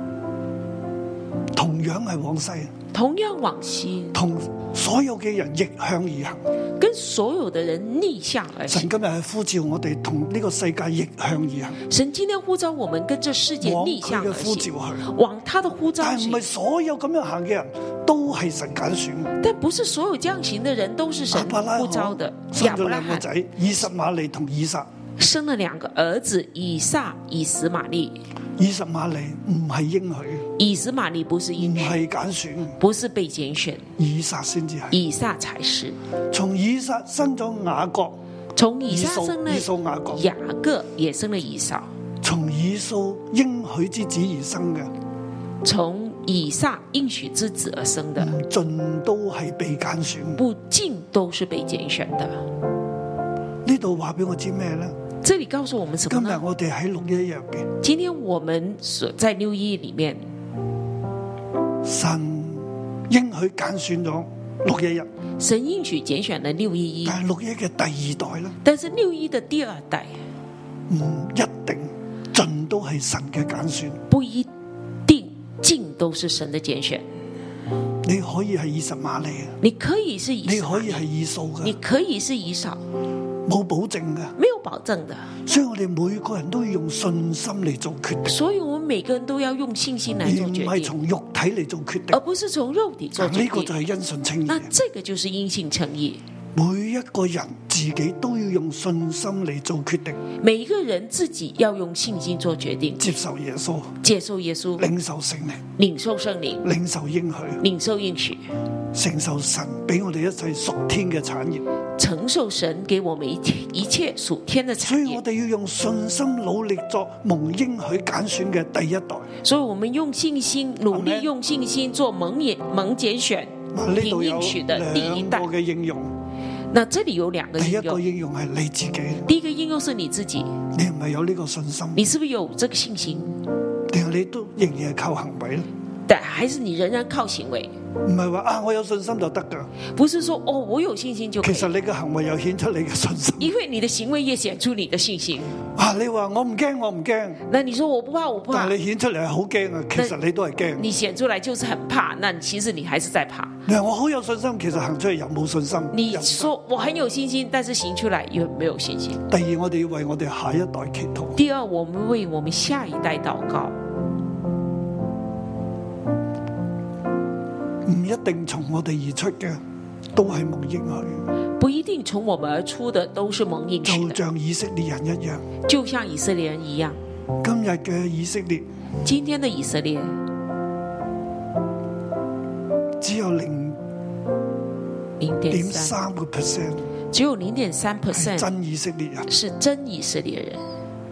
Speaker 2: 同樣係往西，
Speaker 3: 同樣往西，
Speaker 2: 同所有嘅人逆向而行，
Speaker 3: 跟所有的人逆向而行。
Speaker 2: 神今日係呼召我哋同呢個世界逆向而行。
Speaker 3: 神今天呼召我們跟這世界逆向而行，
Speaker 2: 往
Speaker 3: 他的呼召去。
Speaker 2: 但係唔係所有咁樣行嘅人都係神揀選，
Speaker 3: 但不是所有這樣行的人都是神呼召的。
Speaker 2: 亞伯拉罕生咗兩個仔，以實瑪利同以撒，
Speaker 3: 生了兩個兒子，以撒、以實瑪利。
Speaker 2: 以實瑪利唔係應許，
Speaker 3: 以實瑪利不是應許，
Speaker 2: 唔係揀選，
Speaker 3: 不是被揀選，
Speaker 2: 以撒先至係，
Speaker 3: 以撒才是。
Speaker 2: 從以撒生咗雅各，
Speaker 3: 從以撒生了
Speaker 2: 以掃雅各，
Speaker 3: 雅各也生了以掃。
Speaker 2: 從以掃應許之子而生嘅，
Speaker 3: 從以撒應許之子而生的，
Speaker 2: 唔盡都係被揀選，
Speaker 3: 不盡都是被揀選的。
Speaker 2: 呢度話俾我知咩呢？
Speaker 3: 這裏告訴我們什麼呢？
Speaker 2: 今日我哋喺六一入邊，
Speaker 3: 今天我們所在六一裏面，
Speaker 2: 神應許揀選咗六一日，
Speaker 3: 神應許揀選了六一一，
Speaker 2: 但係六一嘅第二代呢？
Speaker 3: 但是六一的第二代
Speaker 2: 唔一定盡都係神嘅揀選，
Speaker 3: 不一定盡都是神的揀選。
Speaker 2: 你可以係以實瑪利，
Speaker 3: 你可以是以，
Speaker 2: 你可以係以掃嘅，
Speaker 3: 你可以是以掃。
Speaker 2: 冇保證嘅，
Speaker 3: 沒有保證的。
Speaker 2: 所以我哋每個人都要用信心嚟做決定。
Speaker 3: 所以我們每個人都要用信心來做決定，
Speaker 2: 而唔係從肉體嚟做決定，
Speaker 3: 而不是從肉體做決定。
Speaker 2: 呢個就係因信稱義。
Speaker 3: 那這個就是因信稱義。
Speaker 2: 每一個人自己都要用信心嚟做決定。
Speaker 3: 每一個人自己要用信心做決定，
Speaker 2: 接受耶穌，
Speaker 3: 接受耶穌，
Speaker 2: 領受聖靈，
Speaker 3: 領受聖靈，
Speaker 2: 領受應許，
Speaker 3: 領受應許，
Speaker 2: 承受神俾我哋一切屬天嘅產業，
Speaker 3: 承受神給我們一一切屬天的產業。
Speaker 2: 所以我哋要用信心努力作蒙應許揀選嘅第一代。
Speaker 3: 所以我們用信心努力，用信心做蒙應蒙揀選領應許的第一代。
Speaker 2: 兩個嘅應用。
Speaker 3: 那這裏有兩個應用，
Speaker 2: 第一個應用係你自己。
Speaker 3: 第一個應用是你自己，
Speaker 2: 你係咪有呢個信心？
Speaker 3: 你是不是有這個信心？
Speaker 2: 定係你都仍然係靠行為咧？
Speaker 3: 但還是你仍然靠行為？
Speaker 2: 唔係話啊，我有信心就得噶。
Speaker 3: 不是說哦，我有信心就可以。
Speaker 2: 其實你嘅行為又顯出你嘅信心。
Speaker 3: 因為你的行為也顯出你的信心。
Speaker 2: 啊，你話我唔驚，我唔驚。
Speaker 3: 那你說我不怕，我不怕。
Speaker 2: 但係你顯出嚟係好驚啊，其實你都係驚。
Speaker 3: 你顯出來就是很怕，那其實你還是在怕。
Speaker 2: 你話我好有信心，其實行出嚟又冇信心。
Speaker 3: 你說我很有信心，但是行出來又沒有信心。
Speaker 2: 第二，我哋要為我哋下一代祈禱。
Speaker 3: 第二，我們為我們下一代禱告。
Speaker 2: 唔一定從我哋而出嘅都係蒙應許，
Speaker 3: 不一定從我們而出的都是蒙應許的，
Speaker 2: 就像以色列人一樣，
Speaker 3: 就像以色列人一樣。
Speaker 2: 今日嘅以色列，
Speaker 3: 今天的以色列
Speaker 2: 只有零
Speaker 3: 零點
Speaker 2: 三個 percent，
Speaker 3: 只有零點三 percent
Speaker 2: 真以色列人，
Speaker 3: 是真以色列人。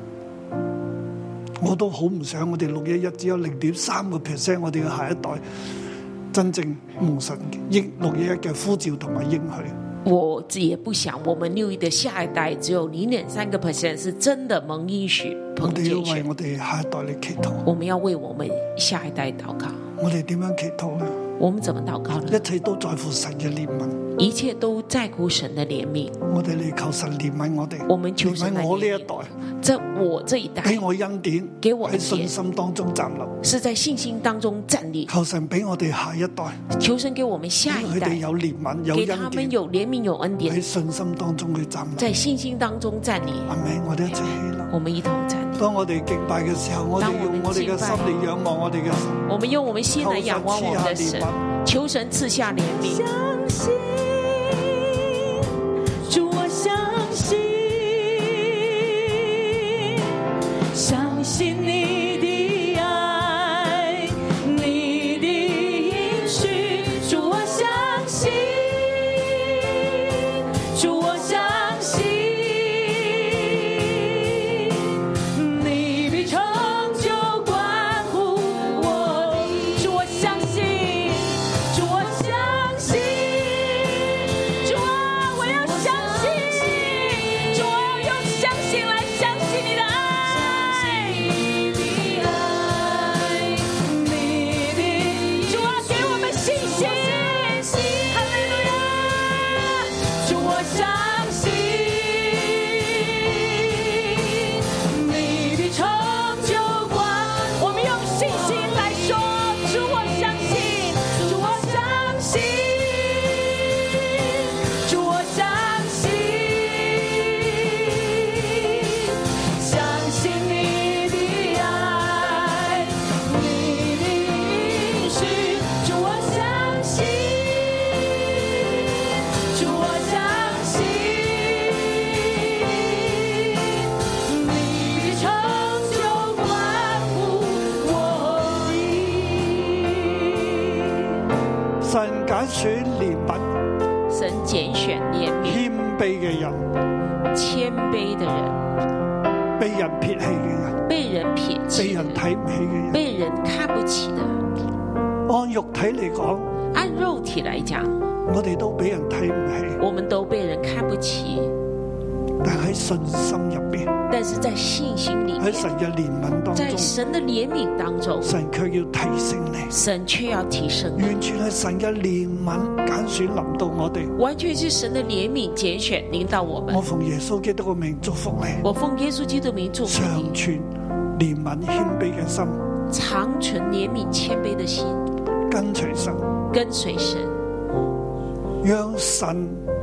Speaker 2: 我都好唔想我哋六一一只有零點三個 percent， 我哋嘅下一代真正蒙神應六一一嘅呼召同埋應許。
Speaker 3: 我也不想我們六一的下一代只有零點三個 percent 是真的蒙應許。
Speaker 2: 我哋要為我哋下一代嚟祈禱。
Speaker 3: 我們要為我們下一代禱告。
Speaker 2: 我哋點樣祈禱呢？
Speaker 3: 我們怎麼禱告呢？
Speaker 2: 一切都在乎神嘅憐憫，
Speaker 3: 一切都在乎神的憐憫。
Speaker 2: 我哋嚟求神憐憫我哋，
Speaker 3: 我們求神
Speaker 2: 憐憫我呢一代，
Speaker 3: 這我這一代，
Speaker 2: 俾我恩典，
Speaker 3: 給我
Speaker 2: 喺信心當中站立，
Speaker 3: 是在信心當中站立。
Speaker 2: 求神俾我哋下一代，
Speaker 3: 求神給我們下一代，
Speaker 2: 佢哋有憐憫，有恩典，
Speaker 3: 給他們有憐憫有恩典，
Speaker 2: 喺信心當中去站立，
Speaker 3: 在信心當中站立。
Speaker 2: 阿們，我哋一齊起立，
Speaker 3: 我們一同站立。
Speaker 2: 當我哋敬拜嘅時候，我哋用我哋嘅心嚟仰望我哋嘅神。
Speaker 3: 我們用我們心來仰望我們的神，求神賜下憐憫。
Speaker 4: 相信，主我相信，相信你的愛，你的應許，主我相信，主我相信，你必成就關乎我，主我相信，主我相信，主啊，我要相信，主，我要用相信來相信你的愛，你的愛，你的，主啊，給我們信心，哈利路亞，主我相信，你的成就關，我們用信心來說，主我相信，主我相信，主我相信，相信你的愛，你的應許，主我相信，主我相信，你的成就關乎我的。
Speaker 2: 神揀選憐憫、
Speaker 3: 神揀選憐憫、
Speaker 2: 謙卑嘅人、
Speaker 3: 謙卑的人、
Speaker 2: 被人撇棄嘅人、
Speaker 3: 被人撇棄、
Speaker 2: 被人睇唔起嘅人。
Speaker 3: 被人看不起的。
Speaker 2: 按肉體嚟講，
Speaker 3: 按肉體來講，
Speaker 2: 我哋都俾人睇唔起，
Speaker 3: 我們都被人看不起。
Speaker 2: 但喺信心入邊，
Speaker 3: 但是在信心裏面，
Speaker 2: 喺神嘅憐憫當
Speaker 3: 在
Speaker 2: 中，
Speaker 3: 神的憐憫當中，
Speaker 2: 神卻要提升你，
Speaker 3: 神卻要提升你。
Speaker 2: 完全係神嘅憐憫揀選臨到我哋。
Speaker 3: 完全是神的憐憫揀選臨到我們。
Speaker 2: 我奉耶穌基督嘅名祝福你，
Speaker 3: 我奉耶穌基督的名祝福你，
Speaker 2: 長存憐憫謙卑嘅心，
Speaker 3: 長存憐憫謙卑的心，
Speaker 2: 跟隨神，
Speaker 3: 跟隨神，
Speaker 2: 讓神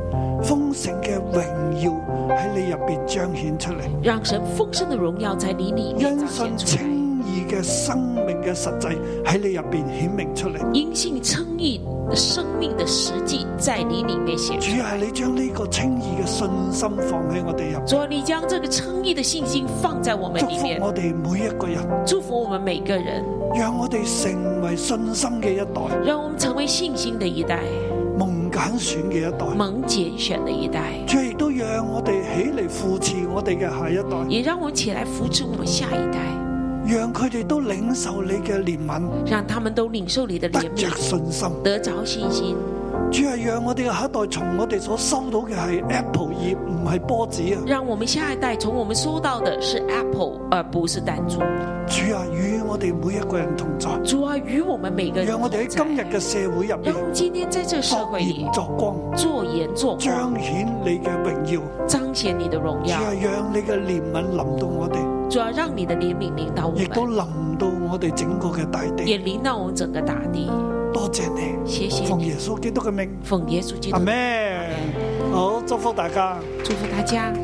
Speaker 2: 豐盛嘅榮耀喺你入邊彰顯出嚟，
Speaker 3: 讓神豐盛的榮耀在你裏面彰顯出來。
Speaker 2: 義嘅生命嘅實際喺你入邊顯明出嚟，
Speaker 3: 因信稱義生命的實際在你裏面顯出來。
Speaker 2: 主啊，你將呢個稱義嘅信心放喺我哋入邊。
Speaker 3: 主啊，你將這個稱義的信心放在我們裏面。
Speaker 2: 祝福我哋每一個人，
Speaker 3: 祝福我們每個人，
Speaker 2: 讓我哋成為信心嘅一代，
Speaker 3: 讓我們成為信心的一代，
Speaker 2: 蒙揀選嘅一代，
Speaker 3: 蒙揀選的一代。
Speaker 2: 主亦都讓我哋起嚟扶持我哋嘅下一代，
Speaker 3: 也讓我們起來扶持我們下一代。
Speaker 2: 讓佢哋都領受你嘅憐憫，
Speaker 3: 讓他們都領受你的憐憫，
Speaker 2: 得着信心，
Speaker 3: 得着信心。
Speaker 2: 主係讓我哋嘅下一代從我哋所收到嘅係 apple 而唔係波子啊！
Speaker 3: 讓我們下一代從我們收到的是 apple 而不是彈珠。
Speaker 2: 主啊，與我哋每一個人同在。
Speaker 3: 主啊，與我們每個人同在。
Speaker 2: 讓我哋喺今日嘅社會入邊，
Speaker 3: 讓我們今天在這個社會裏
Speaker 2: 作光，
Speaker 3: 做鹽作光，
Speaker 2: 彰顯你嘅榮耀，
Speaker 3: 彰顯你的榮耀。
Speaker 2: 主啊，讓你嘅憐憫臨到我哋。
Speaker 3: 主啊，讓你的憐憫臨到我們，
Speaker 2: 亦都臨到我哋整個嘅大地，
Speaker 3: 也臨到我們整個大地。
Speaker 2: 多謝你，
Speaker 3: 謝謝你，
Speaker 2: 奉耶穌基督嘅名，
Speaker 3: 奉耶穌基督。
Speaker 2: 阿們。好，祝福大家，
Speaker 3: 祝福大家。